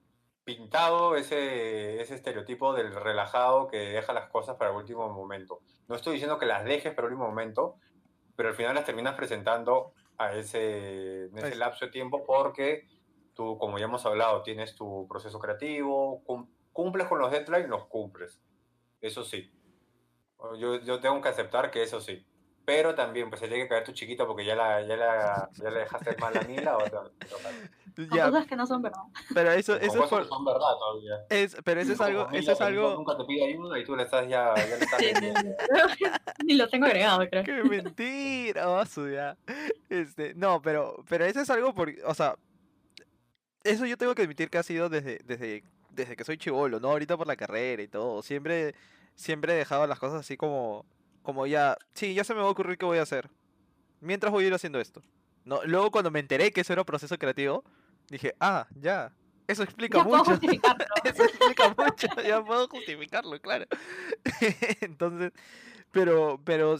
pintado ese estereotipo del relajado que deja las cosas para el último momento. No estoy diciendo que las dejes para el último momento, pero al final las terminas presentando en ese Pues, lapso de tiempo porque tú, como ya hemos hablado, tienes tu proceso creativo, cumples con los deadlines, los cumples. Eso sí. Yo tengo que aceptar que eso sí. Pero también, pues se tiene que caer tu chiquita porque ya la dejaste mal a Mila o te toca a ti. Con ya, cosas que no son verdad. pero Con eso es cosas que por, son verdad todavía. pero eso Y es como algo, con eso Mila es que algo. nunca te pide ayuda y tú ya le estás Sí, metiendo. ni lo tengo agregado, creo. ¡Qué mentira! Vasu, ya. No, pero eso es algo porque, o sea, eso yo tengo que admitir que ha sido desde que soy chivolo, ¿no? Ahorita por la carrera y todo. Siempre he dejado las cosas así como ya, sí, ya se me va a ocurrir qué voy a hacer. Mientras voy a ir haciendo esto. No, luego cuando me enteré que eso era proceso creativo, dije, ah, ya. Eso explica Ya puedo mucho. justificarlo. Eso explica mucho. Ya puedo justificarlo, claro. Entonces, pero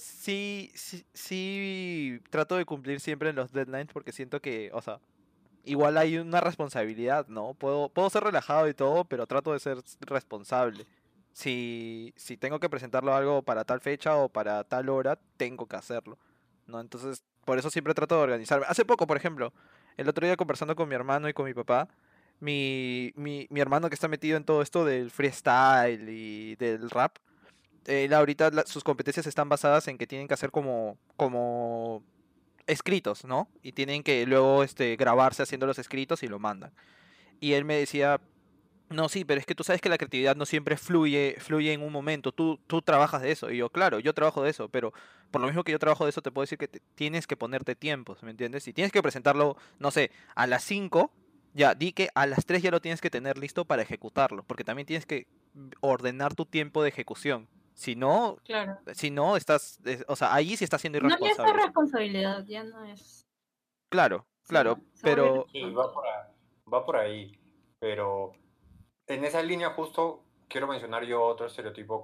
sí trato de cumplir siempre en los deadlines porque siento que, o sea, igual hay una responsabilidad, ¿no? Puedo ser relajado y todo, pero trato de ser responsable. Si tengo que presentarlo algo para tal fecha o para tal hora, tengo que hacerlo, ¿no? Entonces, por eso siempre trato de organizarme. Hace poco, por ejemplo, el otro día conversando con mi hermano y con mi papá, mi hermano que está metido en todo esto del freestyle y del rap, él ahorita sus competencias están basadas en que tienen que hacer como escritos, ¿no? Y tienen que luego grabarse haciendo los escritos y lo mandan. Y él me decía, no, sí, pero es que tú sabes que la creatividad no siempre fluye en un momento. Tú trabajas de eso. Y yo, claro, yo trabajo de eso, pero por lo mismo que yo trabajo de eso, te puedo decir que tienes que ponerte tiempos, ¿me entiendes? Si tienes que presentarlo, no sé, a las 5 ya di que a las 3 ya lo tienes que tener listo para ejecutarlo, porque también tienes que ordenar tu tiempo de ejecución. Si no, Claro. si no estás, o sea, ahí sí estás siendo No le es de irresponsable. responsabilidad, ya no es. Claro, claro, Se vuelve pero Sí, irresponsable. va por ahí. Pero en esa línea justo quiero mencionar yo otro estereotipo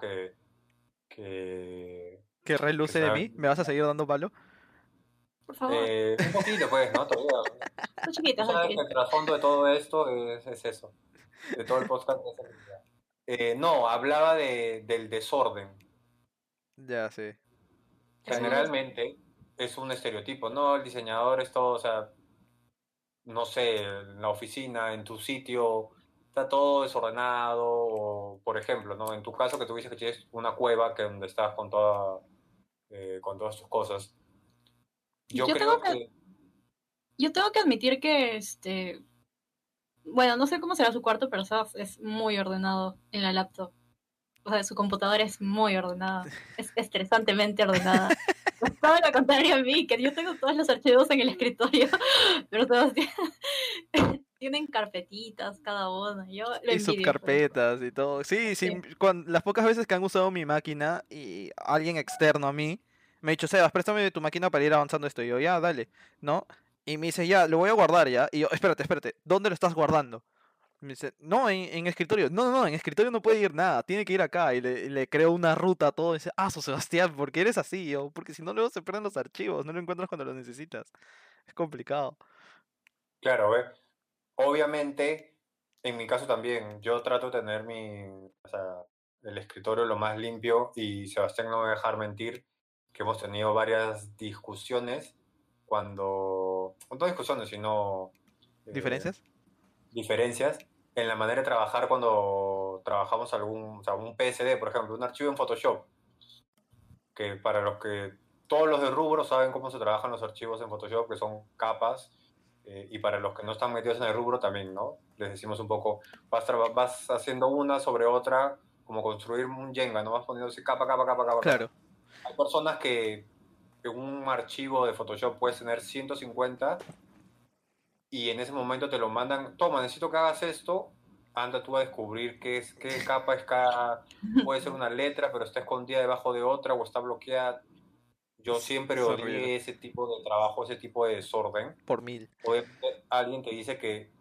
que, que que reluce se de me... mí, ¿me vas a seguir dando palo? Por favor. un poquito, pues, ¿no? Todavía. Soy Tú chiquita, soy sabes que chiquita. el trasfondo de todo esto es eso, de todo el podcast es esa idea. No, hablaba del desorden. Ya, sí. Eso me gusta. Generalmente es un estereotipo, ¿no? El diseñador es todo, o sea, no sé, en la oficina, en tu sitio, está todo desordenado, o por ejemplo, ¿no? En tu caso que tuviste que tienes una cueva que donde estás con todas tus cosas. Yo Yo tengo creo que, que, yo tengo que admitir que bueno, no sé cómo será su cuarto, pero Saf es muy ordenado en la laptop. O sea, su computadora es muy ordenada. Es estresantemente ordenada. Es todo lo contrario a mí, que yo tengo todos los archivos en el escritorio, pero todos tienen carpetitas cada uno. Yo lo Y envidio por eso. subcarpetas y todo. Sí, sí, Sí. las pocas veces que han usado mi máquina y alguien externo a mí me ha dicho, Sebas, préstame tu máquina para ir avanzando esto. Y yo, ya, dale, ¿no? Y me dice, ya, lo voy a guardar ya. Y yo, espérate, ¿dónde lo estás guardando? Me dice, no, en escritorio. No, en escritorio no puede ir nada, tiene que ir acá. Y le creo una ruta a todo. Y dice, ah, Sebastián, ¿por qué eres así? Y yo, porque si no, luego se pierden los archivos, no lo encuentras cuando lo necesitas. Es complicado. claro, ¿ves? Obviamente, en mi caso también, yo trato de tener o sea, el escritorio lo más limpio y Sebastián no me va a dejar mentir que hemos tenido varias discusiones no discusiones, sino eh, ¿Diferencias? diferencias en la manera de trabajar cuando trabajamos o sea, un PSD, por ejemplo, un archivo en Photoshop, que para todos los de rubro saben cómo se trabajan los archivos en Photoshop, que son capas, y para los que no están metidos en el rubro también, ¿no? Les decimos un poco, vas haciendo una sobre otra, como construir un Jenga, ¿no? Vas poniéndose capa, capa, capa, capa, capa. Claro. Hay personas que en un archivo de Photoshop puedes tener 150 y en ese momento te lo mandan, toma, necesito que hagas esto, anda tú a descubrir qué capa es cada, puede ser una letra, pero está escondida debajo de otra o está bloqueada. Yo siempre Es horrible. odié ese tipo de trabajo, ese tipo de desorden. Por mil. Obviamente, alguien te dice que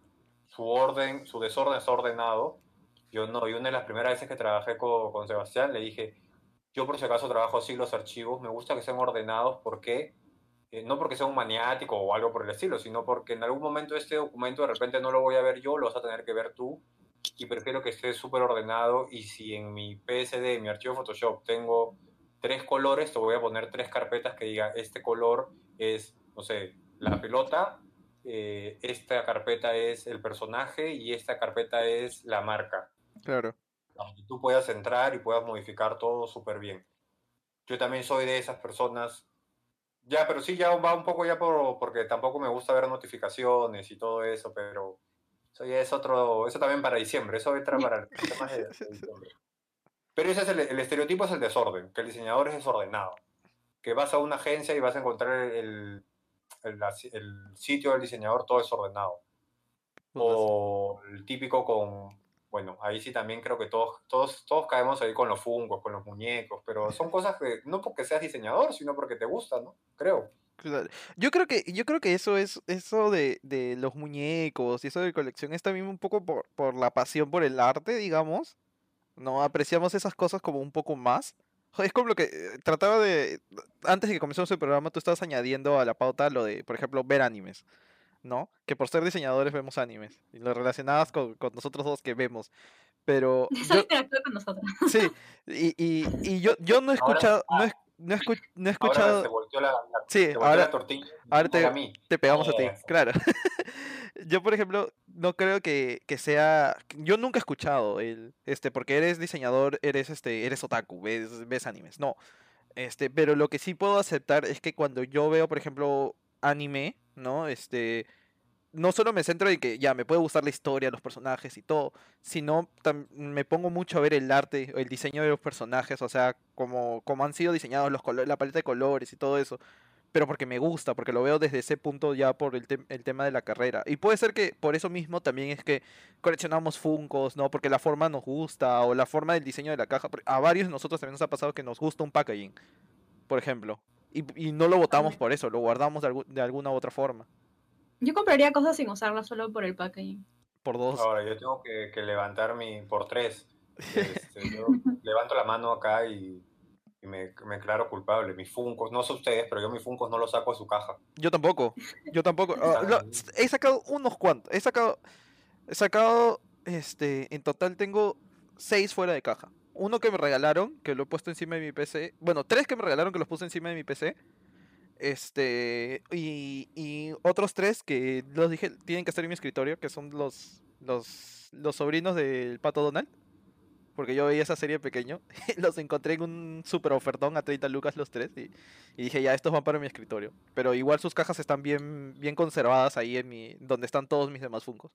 su desorden es ordenado. Yo no, y una de las primeras veces que trabajé con Sebastián le dije, yo por si acaso trabajo así los archivos, me gusta que sean ordenados porque, no porque sea un maniático o algo por el estilo, sino porque en algún momento este documento de repente no lo voy a ver yo, lo vas a tener que ver tú, y prefiero que esté súper ordenado, y si en mi PSD, en mi archivo Photoshop, tengo 3 colores, te voy a poner 3 carpetas que diga, este color es, no sé, la pelota, esta carpeta es el personaje y esta carpeta es la marca, Claro. para que tú puedas entrar y puedas modificar todo súper bien. Yo también soy de esas personas. Ya, pero sí, ya va un poco ya porque tampoco me gusta ver notificaciones y todo eso, pero eso ya es otro, eso también para diciembre, eso entra para el tema de diciembre. Pero ese es el estereotipo, es el desorden, que el diseñador es desordenado, que vas a una agencia y vas a encontrar el sitio del diseñador todo desordenado. Putas. O el típico con, bueno, ahí sí también creo que todos caemos ahí con los fungos, con los muñecos, pero son cosas que no porque seas diseñador, sino porque te gustan, ¿no? Creo. Claro. Yo creo que eso de los muñecos y eso de colección es también un poco por la pasión por el arte, digamos. No apreciamos esas cosas como un poco más. Es como lo que trataba de. Antes de que comencemos el programa, tú estabas añadiendo a la pauta lo de, por ejemplo, ver animes, ¿no? Que por ser diseñadores vemos animes. Y lo relacionabas con nosotros dos que vemos. Pero Solo yo, interactúa con nosotros. sí, y yo no he Ahora, escuchado, no he ahora se escuchado. volteó Sí, se volteó ahora, la tortilla y ahora me a mí. te pegamos a ti, Eso. claro. Yo, por ejemplo, no creo que sea. Yo nunca he escuchado porque eres diseñador, eres otaku, ves animes. No. Pero lo que sí puedo aceptar es que cuando yo veo, por ejemplo, anime, ¿no? No solo me centro en que ya me puede gustar la historia, los personajes y todo, sino me pongo mucho a ver el arte, el diseño de los personajes, o sea, como han sido diseñados los colores, la paleta de colores y todo eso, pero porque me gusta, porque lo veo desde ese punto ya por el tema de la carrera. Y puede ser que por eso mismo también es que coleccionamos Funkos, ¿no? Porque la forma nos gusta, o la forma del diseño de la caja. A varios de nosotros también nos ha pasado que nos gusta un packaging, por ejemplo, y no lo votamos por eso, lo guardamos de alguna u otra forma, Yo compraría cosas sin usarlas solo por el packaging. por dos. Ahora, yo tengo que levantar por 3. Yo levanto la mano acá y me declaro culpable. Mis Funkos, no sé ustedes, pero yo mis Funkos no los saco de su caja. Yo tampoco. Yo tampoco. Están ahí. He sacado unos cuantos. He sacado, en total tengo 6 fuera de caja. Uno que me regalaron, que lo he puesto encima de mi PC. Bueno, 3 que me regalaron que los puse encima de mi PC. Y otros 3 que los dije tienen que estar en mi escritorio, que son los sobrinos del Pato Donald. Porque yo veía esa serie de pequeño. Los encontré en un super ofertón a 30 lucas los 3. Y dije, ya, estos van para mi escritorio. Pero igual sus cajas están bien, bien conservadas ahí donde están todos mis demás Funkos.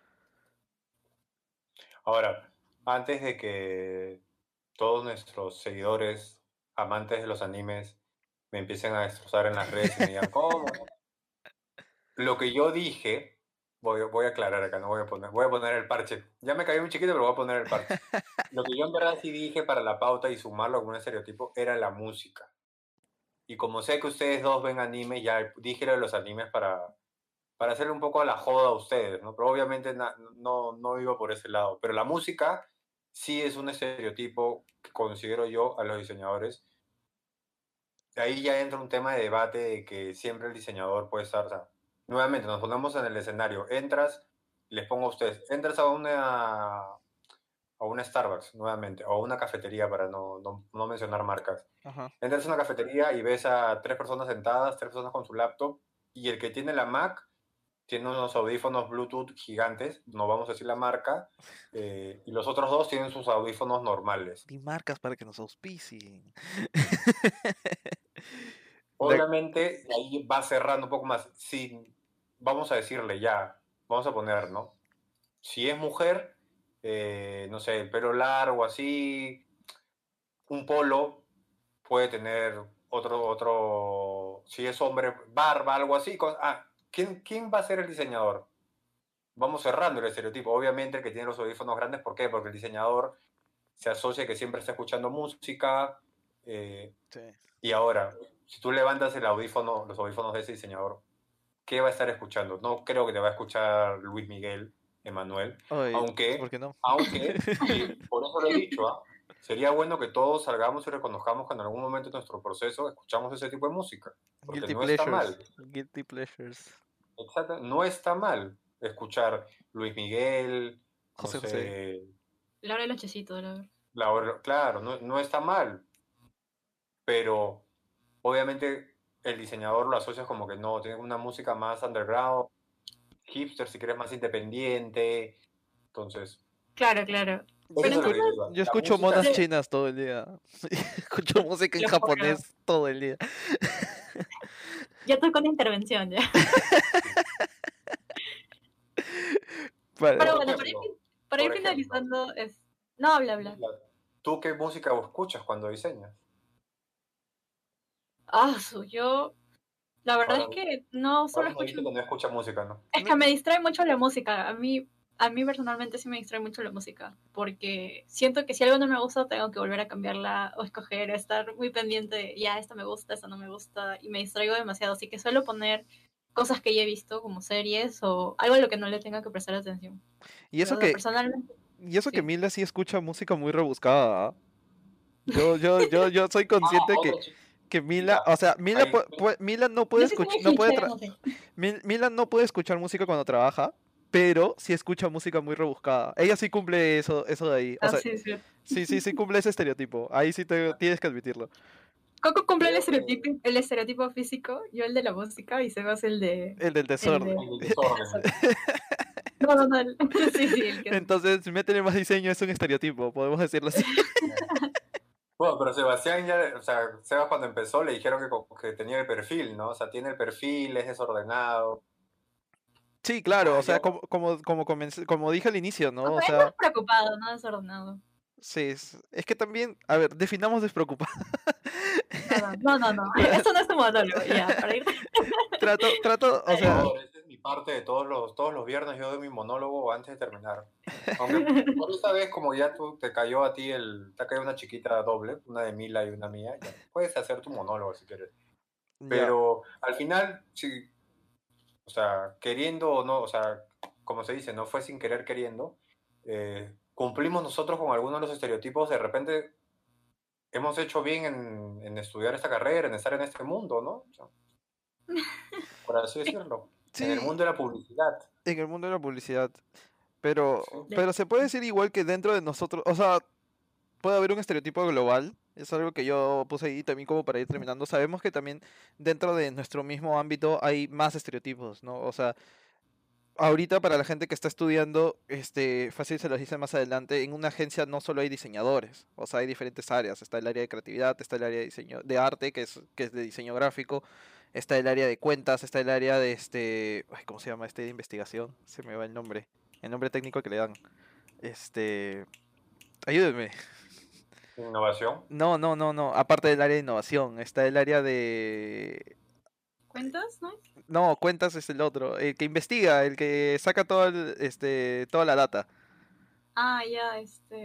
Ahora, antes de que todos nuestros seguidores, amantes de los animes, me empiecen a destrozar en las redes y me digan, ¿cómo? Lo que yo dije, voy a aclarar acá, no voy a poner el parche. Ya me caí muy chiquito, pero voy a poner el parche. Lo que yo en verdad sí dije para la pauta y sumarlo a algún estereotipo era la música. Y como sé que ustedes dos ven anime, ya dije lo de los animes para hacerle un poco a la joda a ustedes, ¿no? Pero obviamente no iba por ese lado. Pero la música sí es un estereotipo que considero yo a los diseñadores. Ahí ya entra un tema de debate de que siempre el diseñador puede estar, o sea, nuevamente nos ponemos en el escenario, entras, les pongo a ustedes, entras a una Starbucks, nuevamente, o a una cafetería para no mencionar marcas. Ajá. Entras a una cafetería y ves a 3 personas sentadas, 3 personas con su laptop, y el que tiene la Mac tiene unos audífonos Bluetooth gigantes, no vamos a decir la marca, y los otros dos tienen sus audífonos normales. Di marcas para que nos auspicien. De- Obviamente, ahí va cerrando un poco más. Si vamos a decirle ya, vamos a poner, ¿no? Si es mujer, no sé, el pelo largo, así, un polo puede tener si es hombre, barba, algo así. ¿Quién va a ser el diseñador? Vamos cerrando el estereotipo. Obviamente el que tiene los audífonos grandes, ¿por qué? Porque el diseñador se asocia que siempre está escuchando música. Sí. Y ahora, si tú levantas los audífonos de ese diseñador, ¿qué va a estar escuchando? No creo que te va a escuchar Luis Miguel, Emanuel, Ay, ¿por aunque, qué no? y por eso lo he dicho, ¿ah? Sería bueno que todos salgamos y reconozcamos que en algún momento de nuestro proceso escuchamos ese tipo de música, porque Guilty no está pleasures. mal. Guilty pleasures. Exacto, no está mal escuchar Luis Miguel, no José José. sé, La hora del lonchecito, la... claro, no, no está mal, pero obviamente el diseñador lo asocias como que no, tiene una música más underground, hipster si quieres más independiente, entonces, Claro, claro. eso Pero es a lo que entiendo, yo iba. Yo La escucho música monas de- chinas todo el día. Escucho música en lo juro. japonés todo el día. Ya estoy con intervención, ya. Pero Para- por bueno, ejemplo, para ir por ejemplo, finalizando, es... No, habla, habla. Mila, ¿tú qué música escuchas cuando diseñas? Yo... La verdad Ahora, es que no solo ahora me escucho... dice que no escucha música, ¿no? Es que me distrae mucho la música. A mí personalmente sí me distrae mucho la música. Porque siento que si algo no me gusta, tengo que volver a cambiarla o escoger, estar muy pendiente de, ya, esta me gusta, esta no me gusta. Y me distraigo demasiado. Así que suelo poner cosas que ya he visto, como series o algo a lo que no le tenga que prestar atención. Y Pero eso o sea, que, personalmente, y eso que sí. Mila sí escucha música muy rebuscada, ¿ah? Yo soy Ah, consciente otra que Mila, chica. o sea, Mila, Ahí, Mila no puede Yo sí soy escuchar, muy flechera, no sé. Mila no puede escuchar música cuando trabaja, pero sí escucha música muy rebuscada. Ella sí cumple eso de ahí. O Ah, sea, sí, sí. sí cumple ese estereotipo. Ahí sí tienes que admitirlo. Coco cumple creo que el estereotipo físico, yo el de la música y Sebas El del el de desorden. el desorden. no, no, no, sí, sí, el que Entonces, métele más diseño, es un estereotipo, podemos decirlo así. Bueno, pero Sebastián ya, o sea, Sebas cuando empezó le dijeron que tenía el perfil, ¿no? O sea, tiene el perfil, es desordenado. Sí, claro, o Ah, sea, yo, como dije al inicio, ¿no? o O sea, es más sea, preocupado, no desordenado. sí, es que también, a ver, definamos despreocupado. No, no, no, no, no. Eso no es tu monólogo, ya, para ir. O por sea, favor, esta es mi parte de todos los viernes yo doy mi monólogo antes de terminar. Aunque por esta vez, como ya te cayó a ti te ha caído una chiquita doble, una de Mila y una mía, ya puedes hacer tu monólogo si quieres. ya. Pero al final, sí, o sea, queriendo o no, o sea, como se dice, no fue sin querer queriendo, cumplimos nosotros con algunos de los estereotipos, de repente hemos hecho bien en estudiar esta carrera, en estar en este mundo, ¿no? O sea, por así decirlo, en el Sí, mundo de la publicidad. en el mundo de la publicidad. Pero, Sí. pero se puede decir igual que dentro de nosotros, o sea, puede haber un estereotipo global. Es algo que yo puse ahí también como para ir terminando. Sabemos que también dentro de nuestro mismo ámbito hay más estereotipos, ¿no? O sea, ahorita para la gente que está estudiando, fácil se los dice más adelante, en una agencia no solo hay diseñadores, o sea, hay diferentes áreas. Está el área de creatividad, está el área de diseño de arte, que es de diseño gráfico, está el área de cuentas, está el área de ay, ¿cómo se llama? De investigación, se me va el nombre técnico que le dan. Este, ayúdenme. Innovación. No, no, no, no. Aparte del área de innovación, está el área de... ¿Cuentas, no? No, cuentas es el otro. El que investiga, el que saca toda la data. Ah, ya,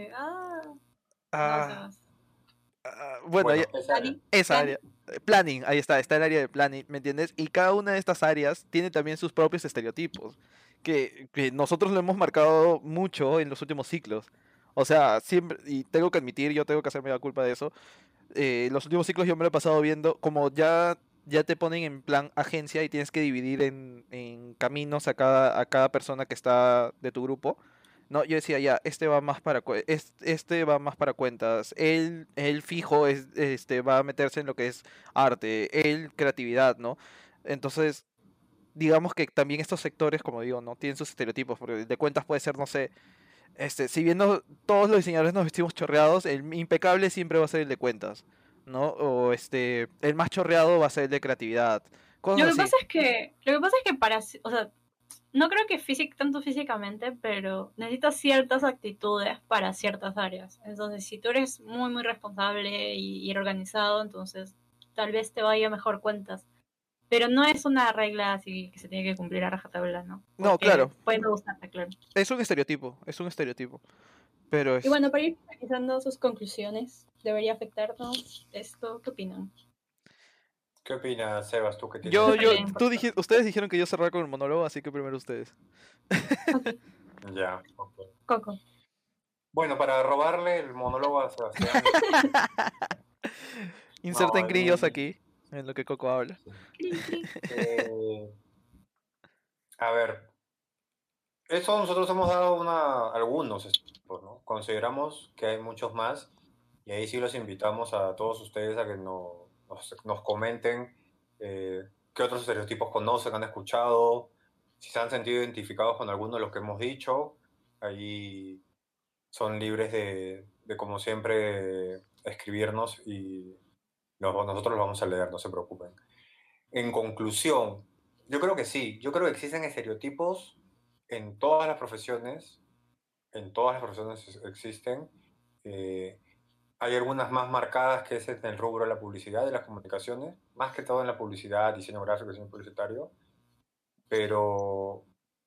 no, Ah, Sebas. bueno, Bueno, esa área. ¿Planning? esa ¿Planning? área. Planning, ahí está el área de planning, ¿me entiendes? Y cada una de estas áreas tiene también sus propios estereotipos, que nosotros lo hemos marcado mucho en los últimos ciclos. O sea, siempre, y tengo que admitir, yo tengo que hacerme la culpa de eso. Los últimos ciclos yo me lo he pasado viendo, como ya te ponen en plan agencia y tienes que dividir en caminos a cada persona que está de tu grupo. No, yo decía ya, este va más para cuentas, él fijo va a meterse en lo que es arte, él creatividad, ¿no? Entonces, digamos que también estos sectores, como digo, no tienen sus estereotipos, porque el de cuentas puede ser, no sé, si bien todos los diseñadores nos vestimos chorreados, el impecable siempre va a ser el de cuentas, ¿no? O el más chorreado va a ser el de creatividad. Lo Cosas que así. pasa es que, o sea, no creo que tanto físicamente, pero necesitas ciertas actitudes para ciertas áreas. Entonces, si tú eres muy, muy responsable y organizado, entonces tal vez te vaya mejor cuentas. Pero no es una regla así que se tiene que cumplir a rajatabla, ¿no? No, Porque claro, puede no gustarte, claro. es un estereotipo. Pero Y bueno, para ir finalizando sus conclusiones, ¿debería afectarnos esto? ¿Qué opinan? ¿Qué opinas, Sebas, tú que yo, tienes... Súper yo, bien, por favor. ustedes dijeron que yo cerrara con el monólogo, así que primero ustedes. Ok, Ya, ok. Coco. Bueno, para robarle el monólogo a Sebastián, no, Inserten grillos aquí, en lo que Coco habla. Clink, clink. eh, a ver, Eso nosotros hemos dado algunos ejemplos, ¿no? Consideramos que hay muchos más y ahí sí los invitamos a todos ustedes a que nos comenten qué otros estereotipos conocen, han escuchado, si se han sentido identificados con alguno de los que hemos dicho. Ahí son libres como siempre, escribirnos y nosotros los vamos a leer, no se preocupen. En conclusión, yo creo que sí, yo creo que existen estereotipos en todas las profesiones, en todas las profesiones existen. Eh, Hay algunas más marcadas que es en el rubro de la publicidad y las comunicaciones, más que todo en la publicidad, diseño gráfico, diseño publicitario, pero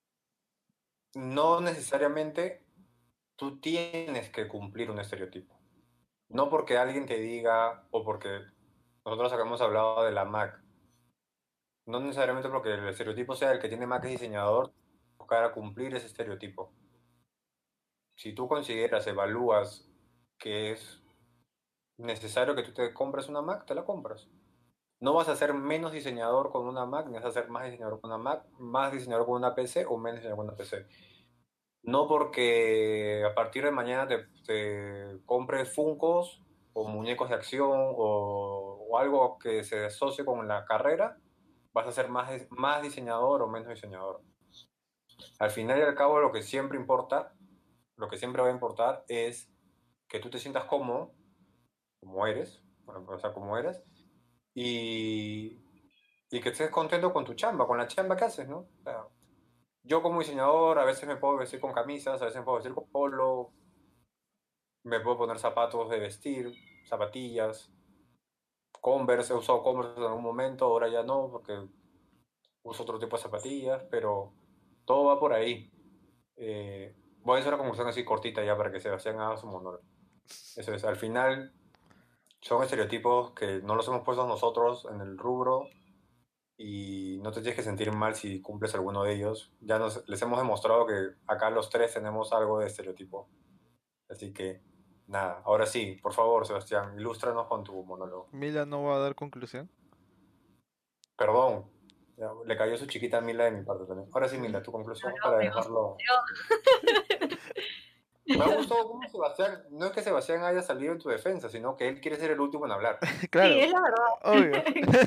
no necesariamente tú tienes que cumplir un estereotipo. No porque alguien te diga o porque nosotros hemos hablado de la Mac, no necesariamente porque el estereotipo sea el que tiene Mac es diseñador, buscar a cumplir ese estereotipo. Si tú consideras, evalúas que es necesario que tú te compres una Mac, te la compras. No vas a ser menos diseñador con una Mac, ni vas a ser más diseñador con una Mac, más diseñador con una PC o menos diseñador con una PC. No porque a partir de mañana te compres Funkos o muñecos de acción o algo que se asocie con la carrera, vas a ser más diseñador o menos diseñador. Al final y al cabo, lo que siempre importa, lo que siempre va a importar es que tú te sientas cómodo, como eres, o sea, como eres, y, y que estés contento con tu chamba, con la chamba que haces, ¿no? O sea, yo como diseñador a veces me puedo vestir con camisas, a veces me puedo vestir con polo, me puedo poner zapatos de vestir, zapatillas, Converse, he usado Converse en algún momento, ahora ya no, porque uso otro tipo de zapatillas, pero todo va por ahí. Voy a hacer una conclusión así cortita ya para que Sebastián haga su monólogo. Eso es, al final son estereotipos que no los hemos puesto nosotros en el rubro y no te tienes que sentir mal si cumples alguno de ellos. Ya les hemos demostrado que acá los tres tenemos algo de estereotipo. Así que, nada, ahora sí, por favor, Sebastián, ilústranos con tu monólogo. Mila no va a dar conclusión. Perdón, le cayó su chiquita Mila de mi parte también. Ahora sí, Mila, tu No, conclusión no, para me dejarlo. gusta. Me ha gustado cómo Sebastián, no es que Sebastián haya salido en tu defensa, sino que él quiere ser el último en hablar. Sí, Claro, es la obvio. verdad.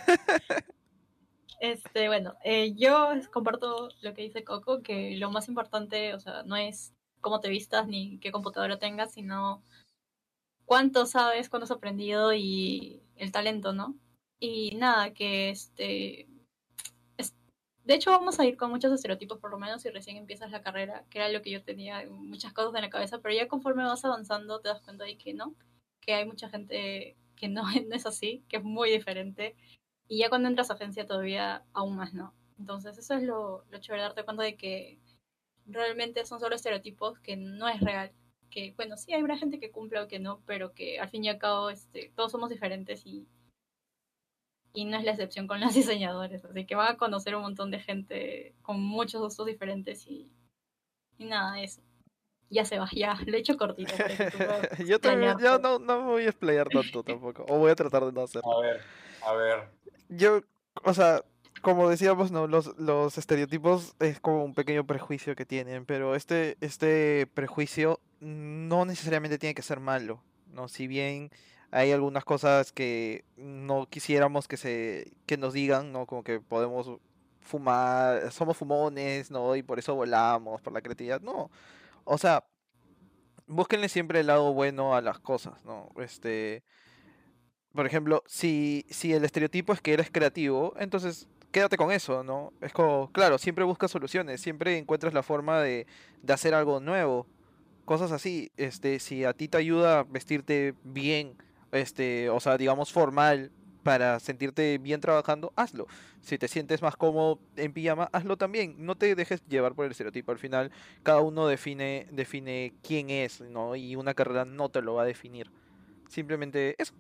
Bueno, yo comparto lo que dice Coco, que lo más importante, o sea, no es cómo te vistas ni qué computadora tengas, sino cuánto sabes, cuánto has aprendido y el talento, ¿no? Y nada, que es- de hecho vamos a ir con muchos estereotipos, por lo menos si recién empiezas la carrera, que era lo que yo tenía muchas cosas en la cabeza, pero ya conforme vas avanzando te das cuenta de que no, que hay mucha gente que no, no es así, que es muy diferente, y ya cuando entras a agencia todavía aún más, ¿no? Entonces eso es lo chévere, darte cuenta de que realmente son solo estereotipos, que no es real. Que bueno, sí hay una gente que cumple o que no, pero que al fin y al cabo todos somos diferentes y no es la excepción con los diseñadores. Así que van a conocer un montón de gente con muchos gustos diferentes y nada, eso. Ya se va, ya lo he hecho cortito para que tú puedas Yo también, yo planearte. no me voy a explayar tanto tampoco, o voy a tratar de no hacerlo. A ver, a ver. Yo, o sea, como decíamos, no, los estereotipos es como un pequeño prejuicio que tienen, pero este prejuicio no necesariamente tiene que ser malo, ¿no? Si bien hay algunas cosas que no quisiéramos que nos digan, ¿no? Como que podemos fumar, somos fumones, ¿no? Y por eso volamos, por la creatividad, no. O sea, búsquenle siempre el lado bueno a las cosas, ¿no? Por ejemplo, si el estereotipo es que eres creativo, entonces quédate con eso, ¿no? Es como, claro, siempre buscas soluciones, siempre encuentras la forma de hacer algo nuevo, cosas así. Si a ti te ayuda a vestirte bien, o sea, digamos formal, para sentirte bien trabajando, hazlo. Si te sientes más cómodo en pijama, hazlo también. No te dejes llevar por el estereotipo. Al final, cada uno define quién es, ¿no? Y una carrera no te lo va a definir. Simplemente eso.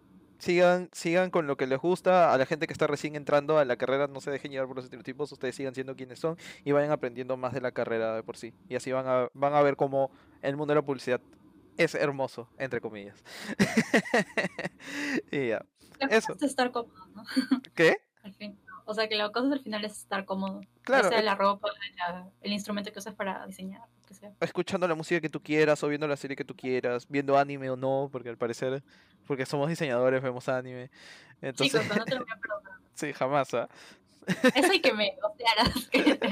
Sigan con lo que les gusta. A la gente que está recién entrando a la carrera, no se dejen llevar por los estereotipos. Ustedes sigan siendo quienes son y vayan aprendiendo más de la carrera de por sí. Y así van a ver cómo el mundo de la publicidad es hermoso, entre comillas. Y ya. La cosa Eso. es estar cómodo, ¿no? ¿Qué? Al fin. O sea, que la cosa al final es estar cómodo. Claro, Ya sea la ropa, el instrumento que usas para diseñar, lo que sea. escuchando la música que tú quieras o viendo la serie que tú quieras, viendo anime o no, porque al parecer, porque somos diseñadores, vemos anime. Entonces, Chicos, no te lo voy a perdonar. sí, jamás, ¿ah? Eso y que me gocearas.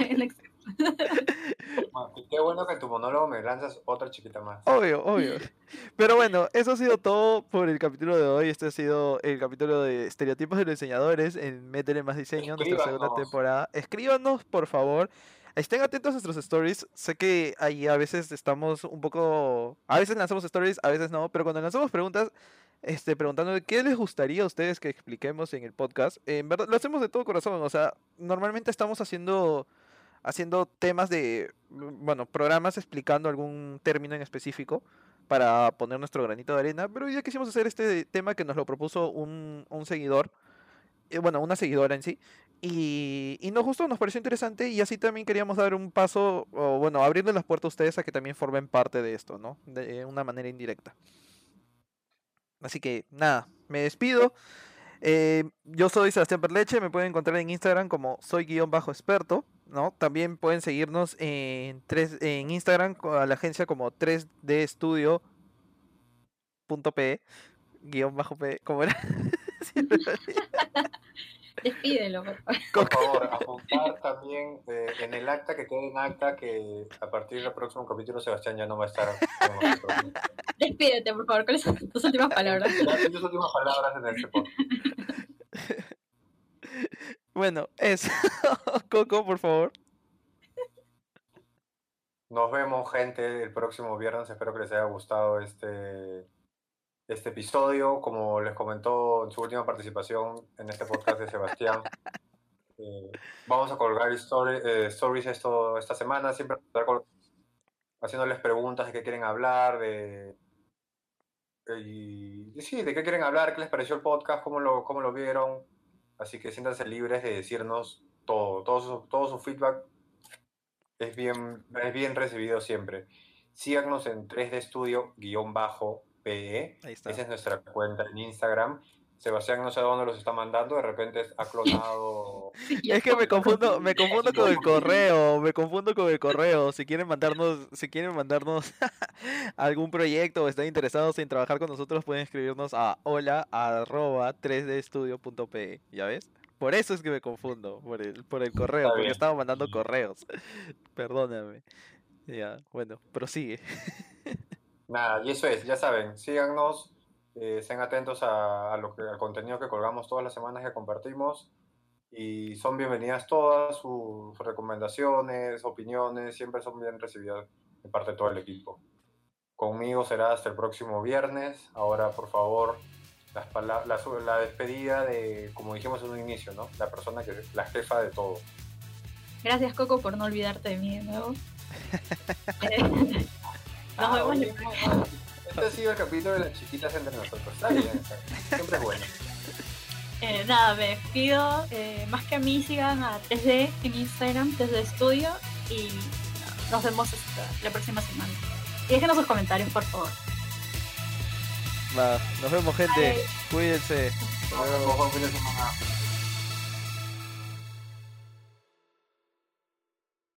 Qué bueno que en tu monólogo me lanzas otra chiquita más. Obvio, obvio. Pero bueno, eso ha sido todo por el capítulo de hoy. Este ha sido el capítulo de estereotipos de los diseñadores en Métele Más Diseño, nuestra segunda Escríbanos. temporada. Escríbanos, por favor. Estén atentos a nuestros stories. Sé que ahí a veces estamos un poco... A veces lanzamos stories, a veces no. Pero cuando lanzamos preguntas, preguntando de qué les gustaría a ustedes que expliquemos en el podcast, en verdad lo hacemos de todo corazón. O sea, normalmente estamos haciendo temas de, bueno, programas explicando algún término en específico para poner nuestro granito de arena, pero hoy día quisimos hacer este tema que nos lo propuso un seguidor, bueno, una seguidora en sí, y nos gustó, nos pareció interesante y así también queríamos dar un paso, o bueno, abrirle las puertas a ustedes a que también formen parte de esto, ¿no? De una manera indirecta. Así que nada, me despido. Yo soy Sebastián Perleche, me pueden encontrar en Instagram como soy-experto, ¿no? También pueden seguirnos en Instagram a la agencia como 3dstudio.pe, guión bajo P, ¿cómo era? Siempre me olvido. Despídelo, por favor. Por favor, apuntar también en el acta, que quede en acta que a partir del próximo capítulo Sebastián ya no va a estar con nosotros. Despídete, por favor. ¿Cuáles son tus últimas palabras? Las últimas palabras en este podcast. Bueno, eso. Coco, por favor. Nos vemos, gente, el próximo viernes. Espero que les haya gustado este episodio. Como les comentó en su última participación en este podcast de Sebastián, vamos a colgar stories esta semana, siempre haciéndoles preguntas de qué quieren hablar, y sí, de qué quieren hablar, qué les pareció el podcast, cómo lo vieron. Así que siéntanse libres de decirnos todo su feedback es bien recibido siempre. Síganos en 3D Studio-PE. Ahí está. Esa es nuestra cuenta en Instagram. Sebastián no sé a dónde los está mandando, de repente ha clonado. Es que me confundo con el correo. Si quieren mandarnos algún proyecto o están interesados en trabajar con nosotros, pueden escribirnos a hola@3dstudio.pe, ¿ya ves? Por eso es que me confundo, por el correo, Está porque bien. estaba mandando correos. Perdóname. Ya, bueno, prosigue. Nada, y eso es, ya saben, síganos, estén atentos al contenido que colgamos todas las semanas que compartimos, y son bienvenidas todas sus recomendaciones, opiniones, siempre son bien recibidas de parte de todo el equipo. Conmigo será hasta el próximo viernes. Ahora, por favor, la despedida de, como dijimos en un inicio, ¿no? La persona que es la jefa de todo. Gracias, Coco, por no olvidarte de mí de nuevo. Nos vemos. Oye, este ha sido el capítulo de las chiquitas entre nosotros. Está bien, siempre es bueno. Nada, me despido. Más que a mí, sigan a 3D en Instagram, 3D Studio, y nos vemos hasta la próxima semana. Y déjenos sus comentarios, por favor. Va, nos vemos, gente. Bye. Cuídense. Nos vemos, buen fin de semana.